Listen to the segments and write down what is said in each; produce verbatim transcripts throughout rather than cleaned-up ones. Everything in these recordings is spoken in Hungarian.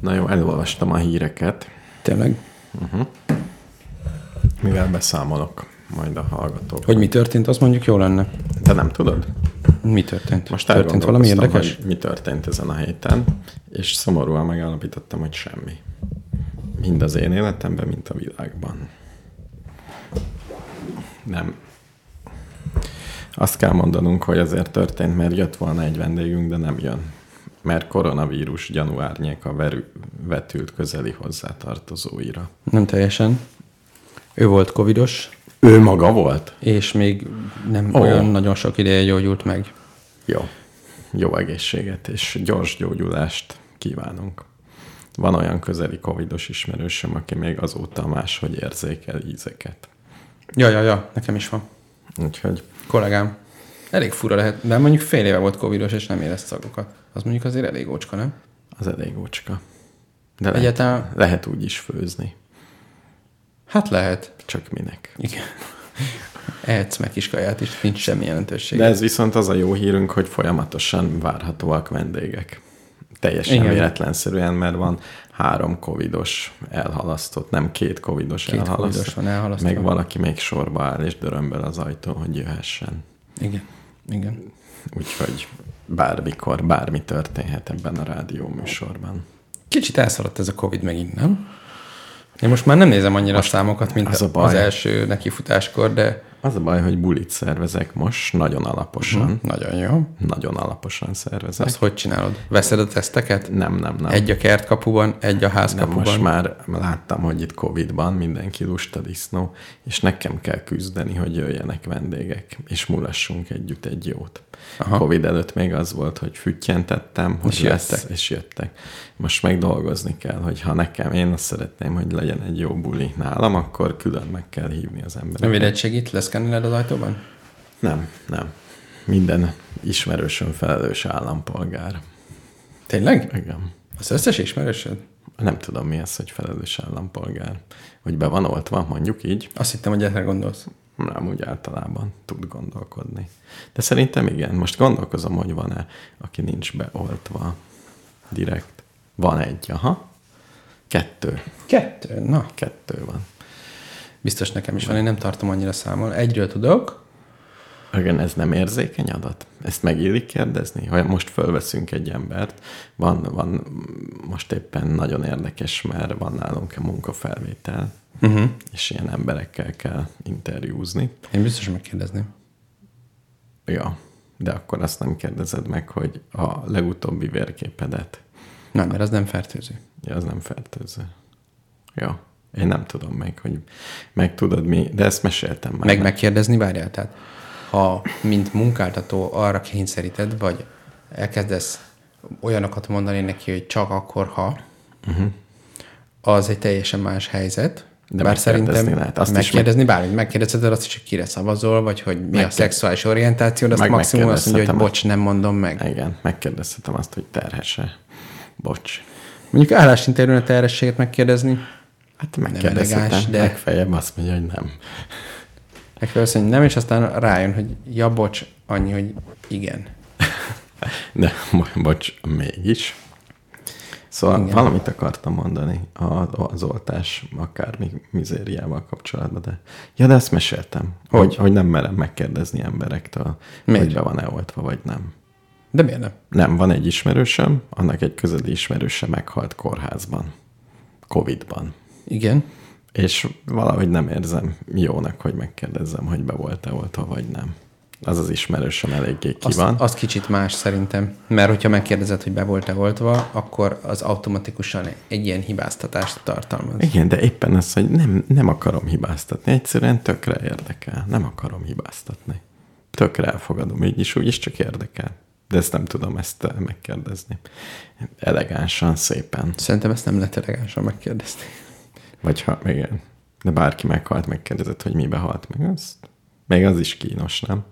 Na jó, elolvastam a híreket. Tényleg? Uh-huh. Mivel beszámolok majd a hallgatók. Hogy mi történt, azt mondjuk jó lenne. De nem tudod? Mi történt? Most történt valami érdekes? Mi történt ezen a héten, és szomorúan megállapítottam, hogy semmi. Mind az én életemben, mint a világban. Nem. Azt kell mondanunk, hogy azért történt, mert jött volna egy vendégünk, de nem jön. Mert koronavírus gyanúárnyéka verü- vetült közeli hozzátartozóira. Nem teljesen. Ő volt covidos. Ő maga volt? És még nem oh. olyan nagyon sok ideje gyógyult meg. Jó. Jó egészséget és gyors gyógyulást kívánunk. Van olyan közeli covidos ismerősöm, aki még azóta máshogy érzékel ízeket. Ja, ja, ja, nekem is van. Úgyhogy... Kollégám. Elég fura lehet, de mondjuk fél éve volt covidos, és nem érez szagokat. Az mondjuk azért elég ócska, nem? Az elég ócska. De lehet, Egyáltalán... lehet úgy is főzni. Hát lehet. Csak minek. Igen. Ehetsz meg kis kaját is, nincs semmi jelentősége. De ez viszont az a jó hírünk, hogy folyamatosan várhatóak vendégek. Teljesen Igen. véletlenszerűen, mert van három covidos elhalasztott, nem két covidos két elhalasztott. Covidos van elhalasztva. Meg valaki még sorba áll és dörömbel az ajtón, hogy jöhessen. Igen. Igen. Úgyhogy bármikor, bármi történhet ebben a rádió műsorban. Kicsit elszaladt ez a Covid megint, nem? Én most már nem nézem annyira most a számokat, mint az, az első nekifutáskor, de... Az a baj, hogy bulit szervezek most, nagyon alaposan. Mm, nagyon jó. Nagyon alaposan szervezek. Azt hogy csinálod? Veszed a teszteket? Nem, nem, nem. Egy a kertkapuban, egy a házkapuban? Nem, most már láttam, hogy itt Covidban mindenki lusta disznó, és nekem kell küzdeni, hogy jöjjenek vendégek, és mulassunk együtt egy jót. Aha. Covid előtt még az volt, hogy füttyentettem, hogy és lesz, jöttek. és jöttek. Most meg dolgozni kell, hogy ha nekem, én azt szeretném, hogy legyen egy jó buli nálam, akkor külön meg kell hívni az embereket. Nem védett segít? Leszkenneled az ajtóban? Nem, nem. Minden ismerősön felelős állampolgár. Tényleg? Igen. Az összes ismerősöd? Nem tudom, mi az, hogy felelős állampolgár. Hogy be van oltva, mondjuk így. Azt hittem, hogy erre gondolsz. Nem, úgy általában tud gondolkodni. De szerintem igen. Most gondolkozom, hogy van-e, aki nincs beoltva direkt. Van egy, aha. Kettő. Kettő? Na. Kettő van. Biztos nekem is van, én nem tartom annyira számon. Egyről tudok. Igen, ez nem érzékeny adat? Ezt megillik kérdezni? Ha most fölveszünk egy embert, van, van most éppen nagyon érdekes, mert van nálunk a munkafelvétel, uh-huh. és ilyen emberekkel kell interjúzni. Én biztos megkérdezném. Ja, de akkor azt nem kérdezed meg, hogy a legutóbbi vérképedet. Nem, mert az nem fertőző. Ja, az nem fertőző. Ja, én nem tudom meg, hogy meg tudod mi, de ezt meséltem már. Meg megkérdezni, várjál, tehát ha mint munkáltató arra kényszeríted, vagy elkezdesz olyanokat mondani neki, hogy csak akkor, ha, uh-huh. az egy teljesen más helyzet. De bár szerintem lehet. Azt megkérdezni, meg... bármit megkérdezheted azt is, hogy kire szavazol, vagy hogy mi meg... a szexuális orientáció, de azt maximum azt mondja, hogy bocs, nem mondom meg. Igen, megkérdezhetem azt, hogy terhese. Bocs. Mondjuk állásinterjún a terhességet megkérdezni. Hát megkérdezhetem, de legfeljebb azt mondja, hogy nem. Legfeljebb azt mondja, nem, és aztán rájön, hogy ja, bocs, annyi, hogy igen. De bocs, mégis. Szóval igen. Valamit akartam mondani az oltás akármi mizériával kapcsolatban, de ja, de ezt meséltem, hogy, hogy, hogy nem merem megkérdezni emberektől, miért? Hogy be van-e oltva, vagy nem. De miért nem? Nem, van egy ismerősöm, annak egy közeli ismerőse meghalt kórházban, Covidban. Igen. És valahogy nem érzem jónak, hogy megkérdezzem, hogy be volt-e oltva, vagy nem. Az az ismerősöm eléggé ki van. Az, az kicsit más szerintem. Mert hogyha megkérdezed, hogy be volt-e oltva, akkor az automatikusan egy ilyen hibáztatást tartalmaz. Igen, de éppen az, hogy nem, nem akarom hibáztatni. Egyszerűen tökre érdekel. Nem akarom hibáztatni. Tökre elfogadom. Így is, úgy is csak érdekel. De ezt nem tudom ezt megkérdezni. Elegánsan, szépen. Szerintem ezt nem lehet elegánsan megkérdezni. Vagy ha, igen. De bárki meghalt, megkérdezett, hogy mibe halt meg. Azt, még az is kínos, nem?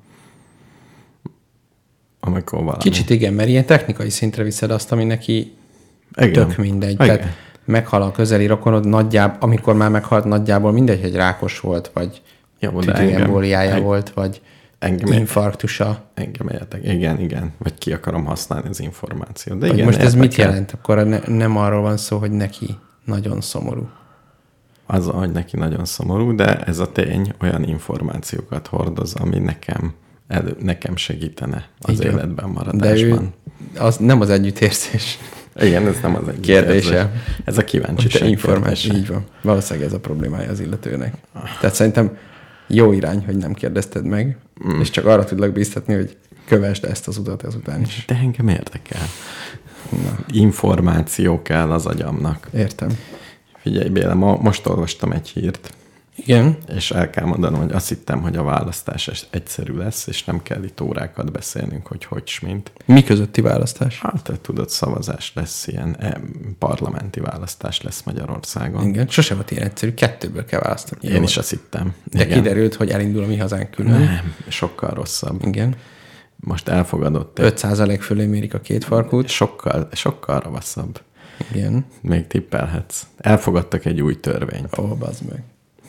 Amikor valami... Kicsit igen, mert ilyen technikai szintre viszed azt, ami neki igen. tök mindegy. Igen. Tehát meghal a közeli rokonod, nagyjából, amikor már meghalt, nagyjából mindegy, hogy rákos volt, vagy tüdőembóliája volt, vagy engem infarktusa. Engem értek. Igen, igen. Vagy ki akarom használni az információt. De igen, igen, most ez érdekel. mit jelent? Akkor ne, nem arról van szó, hogy neki nagyon szomorú. Az, hogy neki nagyon szomorú, de ez a tény olyan információkat hordoz, ami nekem, elő, nekem segítene az igen. életben maradásban. De ő, az nem az együttérzés. Igen, ez nem az egy kérdése. Ez a kíváncsiság információ. Így van. Valószínűleg ez a problémája az illetőnek. Tehát szerintem jó irány, hogy nem kérdezted meg, mm. és csak arra tudlak bíztatni, hogy kövesd ezt az utat ezután is. De engem érdekel. Na. Információ kell az agyamnak. Értem. Figyelj, Béla, ma, most olvastam egy hírt. Igen. És el kell mondanom, hogy azt hittem, hogy a választás egyszerű lesz, és nem kell itt órákat beszélnünk, hogy hogy s mint. Mi közötti választás? Hát, te tudod, szavazás lesz, ilyen eh, parlamenti választás lesz Magyarországon. Igen, sose volt ilyen egyszerű, kettőből kell választani. Én is azt hittem. De igen. Kiderült, hogy elindul a Mi Hazánk külön. Nem, sokkal rosszabb. Igen. Most elfogadott. öt százalék fölé mérik a két farkút. Sokkal, sokkal ravaszabb. Igen. Még tippelhetsz. Elfogadtak egy új törvényt. Ó, oh, bazd meg.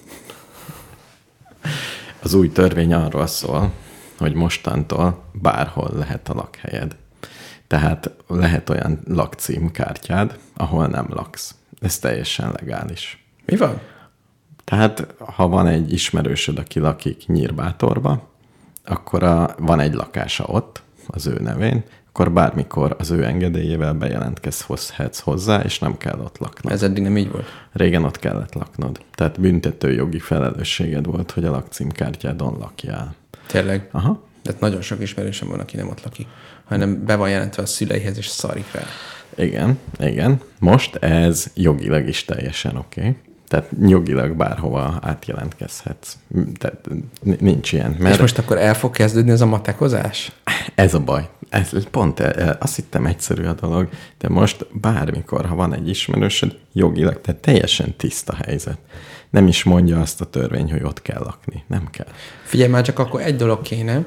Az új törvény arról szól, hogy mostantól bárhol lehet a lakhelyed. Tehát lehet olyan lakcímkártyád, ahol nem laksz. Ez teljesen legális. Mi van? Tehát, ha van egy ismerősöd, aki lakik Nyírbátorba, akkor a, van egy lakása ott, az ő nevén, akkor bármikor az ő engedélyével bejelentkezhetsz hozzá, és nem kell ott laknod. Ez eddig nem így volt? Régen ott kellett laknod. Tehát büntető jogi felelősséged volt, hogy a lakcímkártyádon lakjál. Tényleg? Aha. De nagyon sok ismerősöm van, aki nem ott lakik, hanem be van jelentve a szüleihez, és szarik rá. Igen, igen. Most ez jogilag is teljesen oké. Okay. Tehát jogilag bárhova átjelentkezhetsz. Tehát nincs ilyen. Mert... És most akkor el fog kezdődni ez a matekozás? Ez a baj. Ez pont, azt hittem egyszerű a dolog, de most bármikor, ha van egy ismerősöd, jogilag, tehát teljesen tiszta helyzet. Nem is mondja azt a törvény, hogy ott kell lakni. Nem kell. Figyelj, már csak akkor egy dolog kéne,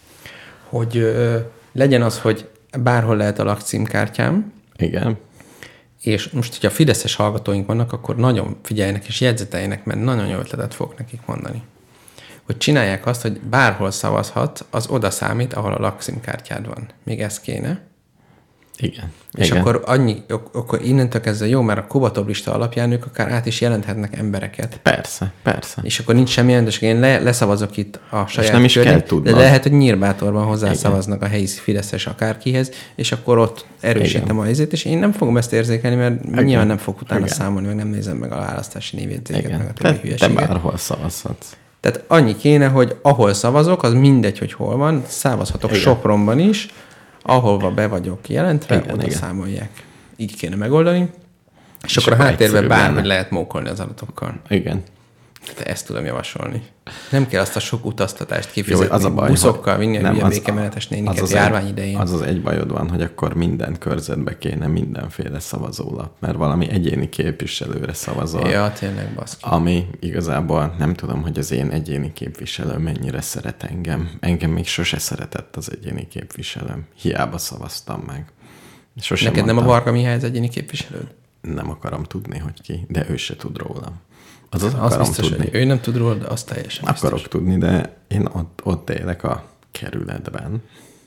hogy ö, legyen az, hogy bárhol lehet a lakcímkártyám. Igen. És most, hogyha fideszes hallgatóink vannak, akkor nagyon figyeljenek és jegyzeteljenek, mert nagyon jó ötletet fogok nekik mondani. Hogy csinálják azt, hogy bárhol szavazhat, az oda számít, ahol a lakcímkártyád van. Még ez kéne. Igen. És Igen. akkor, annyi, akkor innentől kezdve jó, mert a Kubatov lista alapján ők akár át is jelenthetnek embereket. Persze, persze. És akkor nincs semmi jelentőség. Én le, leszavazok itt a saját nem is körén, kell tudnod. de lehet, hogy Nyírbátorban hozzászavaznak a helyi fideszes akárkihez, és akkor ott erősítem Igen. a helyzét, és én nem fogom ezt érzékelni, mert Igen. nyilván nem fog utána Igen. számolni, meg nem nézem meg a választási névjegyzéket, meg a többi hülyeséget. Te bárhol szavazhatsz. Tehát annyi kéne, hogy ahol szavazok, az mindegy, hogy hol van, szavazhatok Igen. Sopronban is, ahova be vagyok jelentve, igen, oda igen. számolják. Így kéne megoldani. És, és akkor a háttérben bárhogy lehet mókolni az adatokkal. Igen. De ezt tudom javasolni. Nem kell azt a sok utaztatást kifizetni. Jó, az a baj, buszokkal vinni a hülye békemenetes néniket az járvány egy, idején. Az az egy bajod van, hogy akkor minden körzetbe kéne mindenféle szavazólap, mert valami egyéni képviselőre szavazol. Ja, tényleg baszki. Ami igazából nem tudom, hogy az én egyéni képviselőm mennyire szeret engem. Engem még sose szeretett az egyéni képviselőm. Hiába szavaztam meg. Sosem Neked mondtam, nem a Varga Mihály az egyéni képviselőd? Nem akarom tudni, hogy ki, de ő se tud rólam. Az, az, az biztos, tudni. Hogy ő nem tud róla, de az teljesen Akarok biztos. tudni, de én ott, ott élek a kerületben,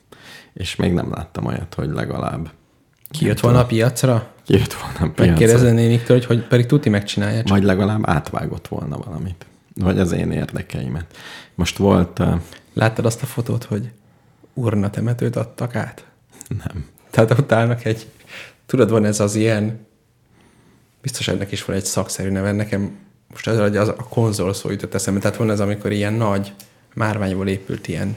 és még nem láttam olyat, hogy legalább... Kijött volna a piacra? Kijött volna a piacra. Megkérdezze néniktől, hogy, hogy pedig tuti megcsinálja. Vagy legalább átvágott volna valamit. Vagy az én érdekeimet. Most volt... Uh... Láttad azt a fotót, hogy urnatemetőt adtak át? Nem. Tehát ott állnak egy... Tudod, van ez az ilyen... Biztos ennek is van egy szakszerű neve. Nekem most az, az a konzol szó jutott eszembe. Tehát van ez, amikor ilyen nagy márványból épült ilyen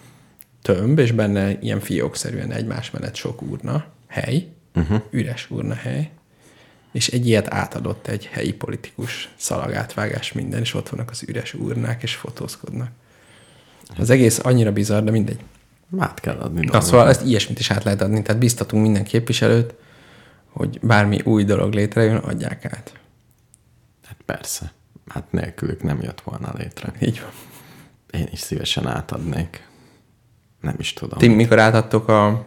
tömb, és benne ilyen fiókszerűen egymás mellett sok urna hely, uh-huh. üres urna hely, és egy ilyet átadott egy helyi politikus, szalagátvágás minden, és ott vannak az üres urnák, és fotózkodnak. Az egész annyira bizarr, de mindegy. Át kell adni. Na, szóval ezt ilyesmit is át lehet adni, tehát biztatunk minden képviselőt, hogy bármi új dolog létrejön, adják át. Hát persze. Hát nélkülük nem jött volna létre. Így van. Én is szívesen átadnék. Nem is tudom. Ti, mikor átadtok a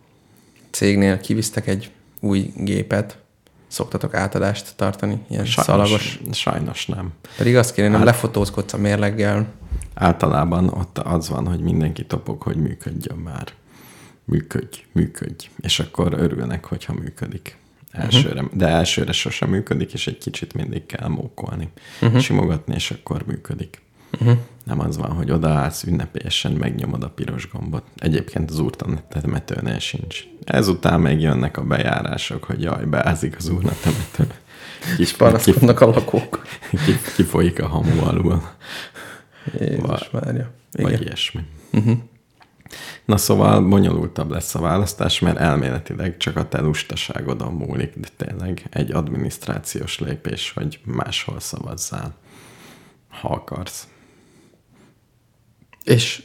cégnél, kivisztek egy új gépet, szoktatok átadást tartani? Ilyen sajnos, szalagos? Sajnos nem. Pedig azt kéne, nem hát, lefotózkodsz a mérleggel. Általában ott az van, hogy mindenki topog, hogy működjön már. Működj, működj. És akkor örülnek, hogyha működik. Elsőre. Uh-huh. De elsőre sosem működik, és egy kicsit mindig kell mókolni. Uh-huh. Simogatni, és akkor működik. Uh-huh. Nem az van, hogy odaállsz ünnepélyesen, megnyomod a piros gombot. Egyébként az úrnatemetőnél sincs. Ezután még jönnek a bejárások, hogy jaj, beázik az úrnatemető. Kis panaszkodnak a lakók. Kifolyik a hamu alul. Jézus Mária. Vagy ilyesmi. Uh-huh. Na szóval bonyolultabb lesz a választás, mert elméletileg csak a te lustaságodon múlik, de tényleg egy adminisztrációs lépés, hogy máshol szavazzál, ha akarsz. És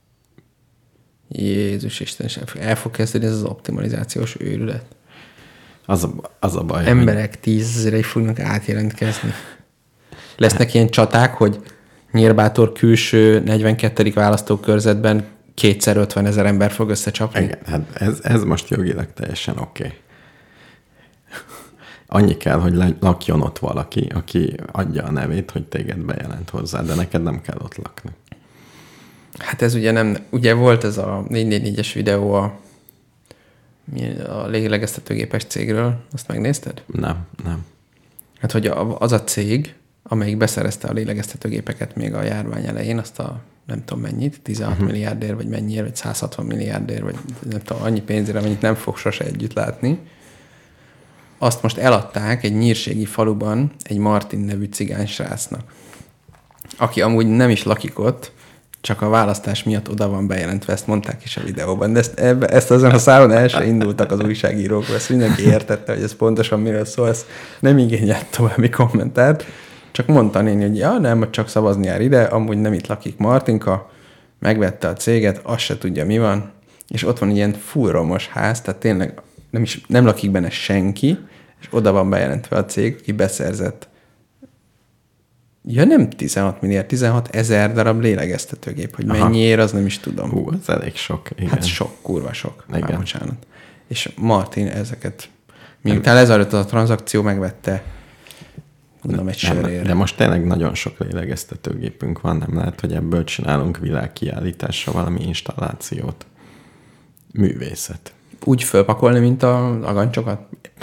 Jézus Isten, és el fog kezdeni ez az optimalizációs őrület. Az a, az a baj, emberek hogy... tízezerei fognak átjelentkezni. Lesznek ilyen csaták, hogy Nyírbátor külső negyvenkettedik választókörzetben kétszer ötvenezer ember fog összecsapni. Igen, hát ez, ez most jogilag teljesen oké. Okay. Annyi kell, hogy lakjon ott valaki, aki adja a nevét, hogy téged bejelent hozzá, de neked nem kell ott lakni. Hát ez ugye nem, ugye volt ez a négy négy négyes videó a, a lélegeztetőgépes cégről, azt megnézted? Nem, nem. Hát, hogy az a cég, amelyik beszerezte a lélegeztetőgépeket még a járvány elején, azt a nem tudom mennyit, tizenhat uh-huh. milliárdért, vagy mennyiért, vagy száz hatvan milliárdért, vagy nem tudom, annyi pénzére, amennyit nem fog sose együtt látni. Azt most eladták egy nyírségi faluban egy Martin nevű cigány srácnak, aki amúgy nem is lakik ott, csak a választás miatt oda van bejelentve, ezt mondták is a videóban, de ezt, ebbe, ezt azon a szálon el se indultak az újságírók, ezt mindenki értette, hogy ez pontosan miről szól, ez nem igényelt további kommentárt, csak mondta néni, hogy ja, nem, csak szavazni jár ide, amúgy nem itt lakik Martinka, megvette a céget, azt se tudja, mi van, és ott van ilyen full romos ház, tehát tényleg nem, is, nem lakik benne senki, és oda van bejelentve a cég, aki beszerzett. Ja, nem tizenhat milliárd, tizenhat ezer darab lélegeztetőgép, hogy mennyiért, az nem is tudom. Hú, az elég sok, igen. Hát sok, kurva sok. Igen. Már bocsánat. És Martin ezeket, miután lezajlott a tranzakció, megvette, mondom, egy sörért. De most tényleg nagyon sok lélegeztetőgépünk van, nem lehet, hogy ebből csinálunk világkiállításra valami installációt. Művészet. Úgy fölpakolni, mint a agancsokat?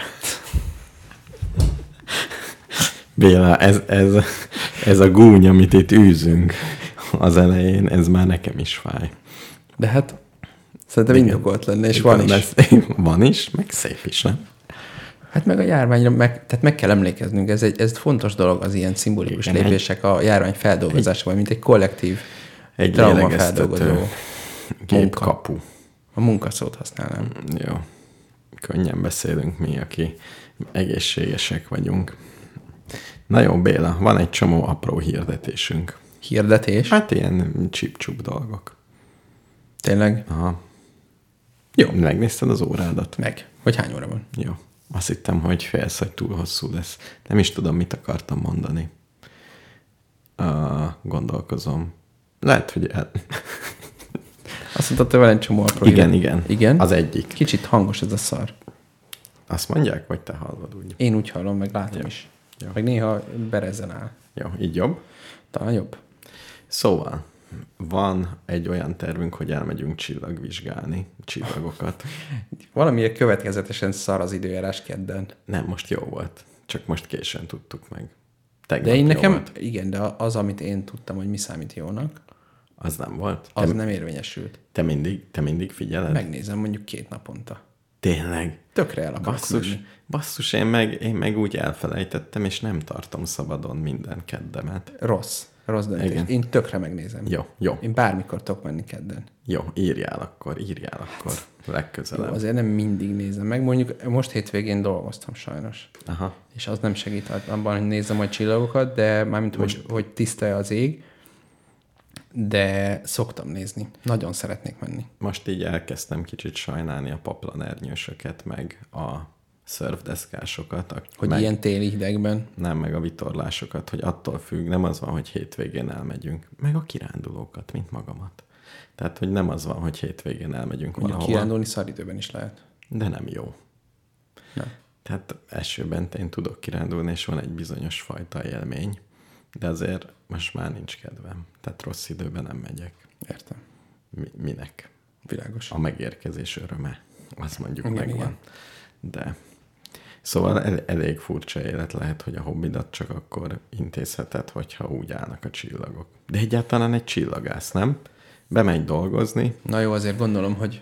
Béla, ez, ez, ez a gúny, amit itt űzünk az elején, ez már nekem is fáj. De hát szerintem indokolt lenne, és van is. Van is, meg szép is, nem? Hát meg a járványra, meg, tehát meg kell emlékeznünk, ez egy ez fontos dolog, az ilyen szimbolikus igen, lépések a járvány feldolgozásában, mint egy kollektív egy trauma feldolgozó gépkapu. A munkaszót használnám. Jó. Könnyen beszélünk mi, aki egészségesek vagyunk. Na jó, Béla, van egy csomó apró hirdetésünk. Hirdetés? Hát ilyen csip-csup dolgok. Tényleg? Aha. Jó. Megnézted az órádat? Meg. Hogy hány óra van? Jó. Azt hittem, hogy félsz, hogy túl hosszú lesz. Nem is tudom, mit akartam mondani. Uh, gondolkozom. Lehet, hogy el... Azt mondtad, hogy van egy csomó apró Igen, igen. Igen? Az egyik. Kicsit hangos ez a szar. Azt mondják, vagy te hallod úgy? Én úgy hallom, meg látom jó. is. Jó. Meg néha berezzen áll. Jó, így jobb? Talán jobb. Szóval, van egy olyan tervünk, hogy elmegyünk csillagvizsgálni, csillagokat. Valamiért következetesen szar az időjárás kedden. Nem, most jó volt. Csak most későn tudtuk meg. Tegnap de én nekem, volt. Igen, de az, amit én tudtam, hogy mi számít jónak, az nem volt. Az te, nem érvényesült. Te mindig, te mindig figyeled? Megnézem mondjuk két naponta. Tényleg? Tökre el akarok basszus, menni. basszus én, meg, én meg úgy elfelejtettem, és nem tartom szabadon minden keddemet. Rossz. Rossz döntés. Igen. Én tökre megnézem. Jó, jó. Én bármikor tudok menni kedden. Jó, írjál akkor, írjál akkor. Legközelebb. Jó, azért nem mindig nézem meg. Mondjuk most hétvégén dolgoztam sajnos. Aha. És az nem segít abban, hogy nézzem a csillagokat, de mármint, most... hogy, hogy tiszta az ég, de szoktam nézni. Nagyon szeretnék menni. Most így elkezdtem kicsit sajnálni a paplanernyősöket, meg a szörfdeszkásokat. Hogy meg, ilyen téli hidegben. Nem, meg a vitorlásokat, hogy attól függ, nem az van, hogy hétvégén elmegyünk. Meg a kirándulókat, mint magamat. Tehát, hogy nem az van, hogy hétvégén elmegyünk valahova. Kirándulni szaridőben is lehet. De nem jó. Nem. Tehát esőben én tudok kirándulni, és van egy bizonyos fajta élmény. De azért most már nincs kedvem. Tehát rossz időben nem megyek. Értem. Mi, minek? Világos. A megérkezés öröme. Azt mondjuk Igen, megvan. igen. De szóval el, elég furcsa élet lehet, hogy a hobbidat csak akkor intézheted, hogyha úgy állnak a csillagok. De egyáltalán egy csillagász, nem? Bemegy dolgozni. Na jó, azért gondolom, hogy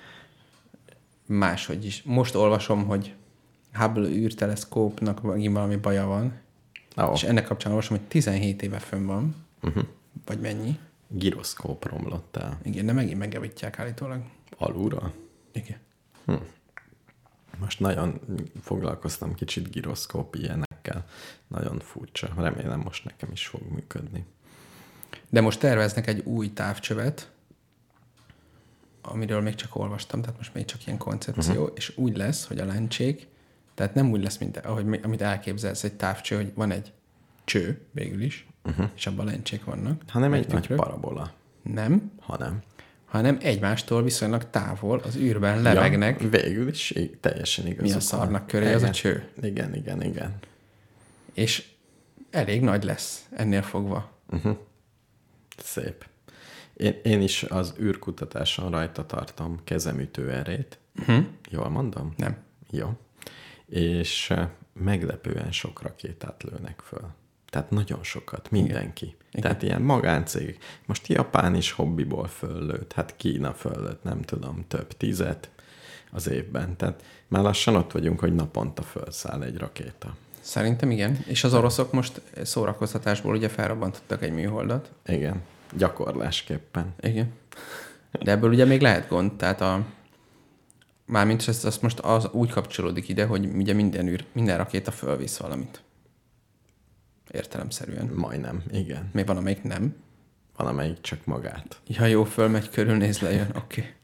máshogy is. Most olvasom, hogy Hubble űrteleszkópnak valami baja van, oh. és ennek kapcsán olvasom, hogy tizenhét éve fönn van, uh-huh. vagy mennyi. Gyroszkóp romlott el. Igen, de megint megjavítják állítólag. Alulra? Igen. Hm. Most nagyon foglalkoztam kicsit gyroszkóp ilyenekkel. Nagyon furcsa. Remélem most nekem is fog működni. De most terveznek egy új távcsövet, amiről még csak olvastam, tehát most még csak ilyen koncepció, uh-huh. és úgy lesz, hogy a lencsék, tehát nem úgy lesz, mint ahogy, amit elképzelsz, egy távcső, hogy van egy cső végül is, uh-huh. és abban lencsék vannak. Hanem egy nagy parabola. Nem. Hanem. Hanem egymástól viszonylag távol az űrben levegnek. Ja, végül is teljesen igaz. Mi a szarnak köré az a cső. Igen, igen, igen. És elég nagy lesz ennél fogva. Uh-huh. Szép. Én, én is az űrkutatáson rajta tartom kezemütő erét. Uh-huh. Jól mondom? Nem. Jó. És meglepően sok rakétát lőnek föl. Tehát nagyon sokat, mindenki. Igen. Tehát Igen. ilyen magáncég. Most Japán is hobbiból föllőtt, hát Kína föllőtt, nem tudom, több tízet az évben. Tehát már lassan ott vagyunk, hogy naponta fölszáll egy rakéta. Szerintem igen. És az oroszok most szórakoztatásból ugye felrobbantottak egy műholdat. Igen. Gyakorlásképpen. Igen. De ebből ugye még lehet gond. Tehát a mármint ezt, azt most az úgy kapcsolódik ide, hogy ugye minden, űr, minden rakéta fölvisz valamit. Értelemszerűen. Majdnem, igen. Még van, amelyik nem. Van, amelyik csak magát. Ja, jó, fölmegy, körülnéz, lejön. Oké. Okay.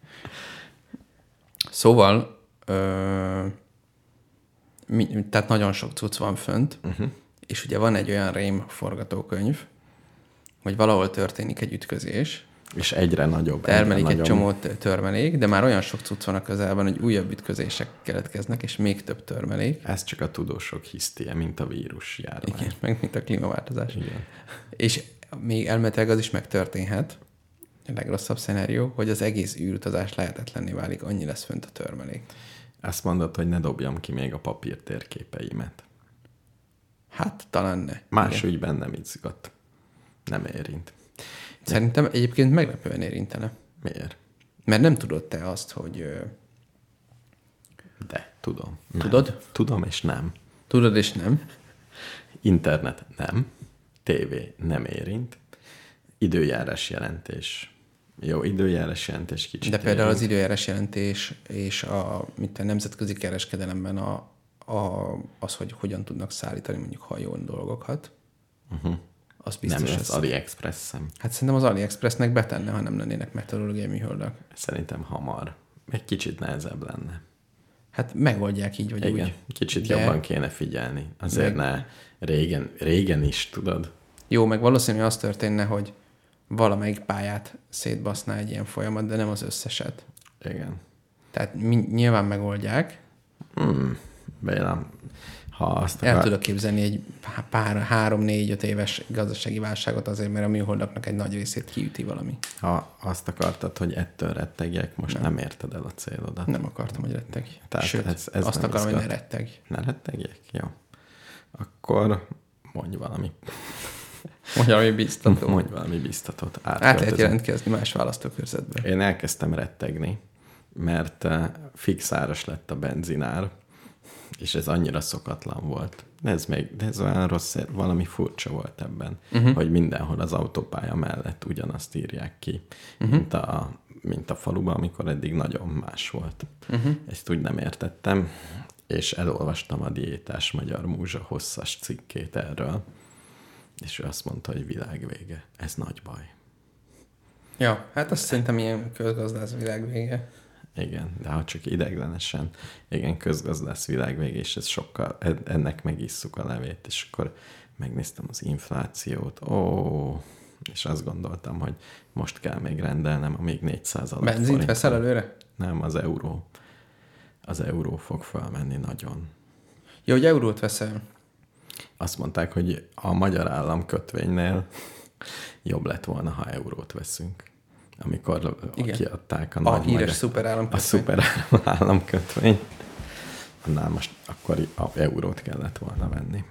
Szóval, ö, mi, tehát nagyon sok cucc van fönt, uh-huh. és ugye van egy olyan rém forgatókönyv, hogy valahol történik egy ütközés, és egyre nagyobb. Termelik egyre egy csomó törmelék, de már olyan sok cucc van a közelben, hogy újabb ütközések keletkeznek, és még több törmelék. Ez csak a tudósok hisztie, mint a vírus járvány. Igen, meg mint a klímaváltozás. Igen. És még elméletileg az is megtörténhet, a legrosszabb szenárió, hogy az egész űrutazás lehetetlenné válik, annyi lesz fönt a törmelék. Azt mondod, hogy ne dobjam ki még a papír térképeimet. Hát talán ne. Más Igen. ügyben nem izgat. Nem érint. Szerintem egyébként meglepően érintene. Miért? Mert nem tudod te azt, hogy... De, tudom. Tudod? Nem. Tudom és nem. Tudod és nem. Internet nem. Tévé nem érint. Időjárás jelentés. Jó, időjárás jelentés kicsit De például érint. Az időjárás jelentés és a, mint a nemzetközi kereskedelemben a, a, az, hogy hogyan tudnak szállítani mondjuk hajón dolgokat. Uh-huh. Az biztos. Nem lesz AliExpress-em. Hát szerintem az AliExpressnek betenne, ha nem lennének meteorológiai műholdak. Szerintem hamar. Egy kicsit nehezebb lenne. Hát megoldják így, vagy Igen, úgy. kicsit de... jobban kéne figyelni. Azért meg... ne régen, régen is, tudod. Jó, meg valószínűleg az történne, hogy valamelyik pályát szétbaszná egy ilyen folyamat, de nem az összeset. Igen. Tehát mi, nyilván megoldják. Hmm, Bélem, ha azt El akar... tudok képzelni egy pár, három, négy, öt éves gazdasági válságot azért, mert a műholdaknak egy nagy részét kiüti valami. Ha azt akartad, hogy ettől rettegjek, most nem, nem érted el a célodat. Nem akartam, hogy rettegj. Tehát Sőt, ez, ez azt akarom, izgat. hogy ne rettegj. Ne rettegjek? Jó. Akkor mondj valami. Mondj valami biztató. Mondj valami biztatót. Át lehet jelentkezni más választókörzetbe. Én elkezdtem rettegni, mert fix áras lett a benzinár, és ez annyira szokatlan volt. De ez, még, de ez olyan rossz, valami furcsa volt ebben, uh-huh. hogy mindenhol az autópálya mellett ugyanazt írják ki, uh-huh. mint, a, mint a faluban, amikor eddig nagyon más volt. Uh-huh. Ezt úgy nem értettem, és elolvastam a Diétás Magyar Múzsa hosszas cikkét erről, és ő azt mondta, hogy világvége. Ez nagy baj. Ja, hát azt szerintem ilyen közgazdász világvége. Igen, de ha csak ideiglenesen, igen, közgazdász világvége, és ez sokkal, ennek megisszuk a levét, és akkor megnéztem az inflációt, ó, és azt gondoltam, hogy most kell még rendelnem a még négyszáz alatt. Benzint veszel előre? Nem, az euró. Az euró fog felmenni nagyon. Jó, hogy eurót veszel. azt mondták, hogy a magyar államkötvénynél jobb lett volna, ha eurót veszünk. Amikor igen. kiadták a, a nagy híres magyar, szuper államkötvény. A szuper államkötvény. Annál most akkor a eurót kellett volna venni.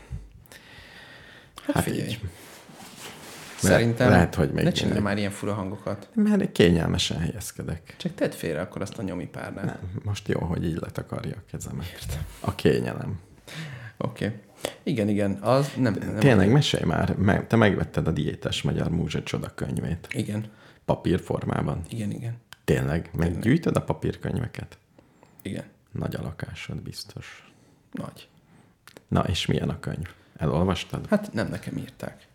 Hát, hát figyelj. Így. Szerintem lehet, hogy még ne csinálj már ilyen fura hangokat. Mert kényelmesen helyezkedek. Csak tedd félre akkor azt a nyomipárnát. Nem, most jó, hogy így letakarja a kezemet. Értem. A kényelem. Oké. Okay. Igen, igen. Az nem, nem Tényleg, mesélj már. Te megvetted a Diétás Magyar Múzsa Csoda könyvét. Igen. Papírformában. Igen, igen. Tényleg? Meggyűjtöd a papírkönyveket? Igen. Nagy a lakásod, biztos. Nagy. Na, és milyen a könyv? Elolvastad? Hát nem nekem írták.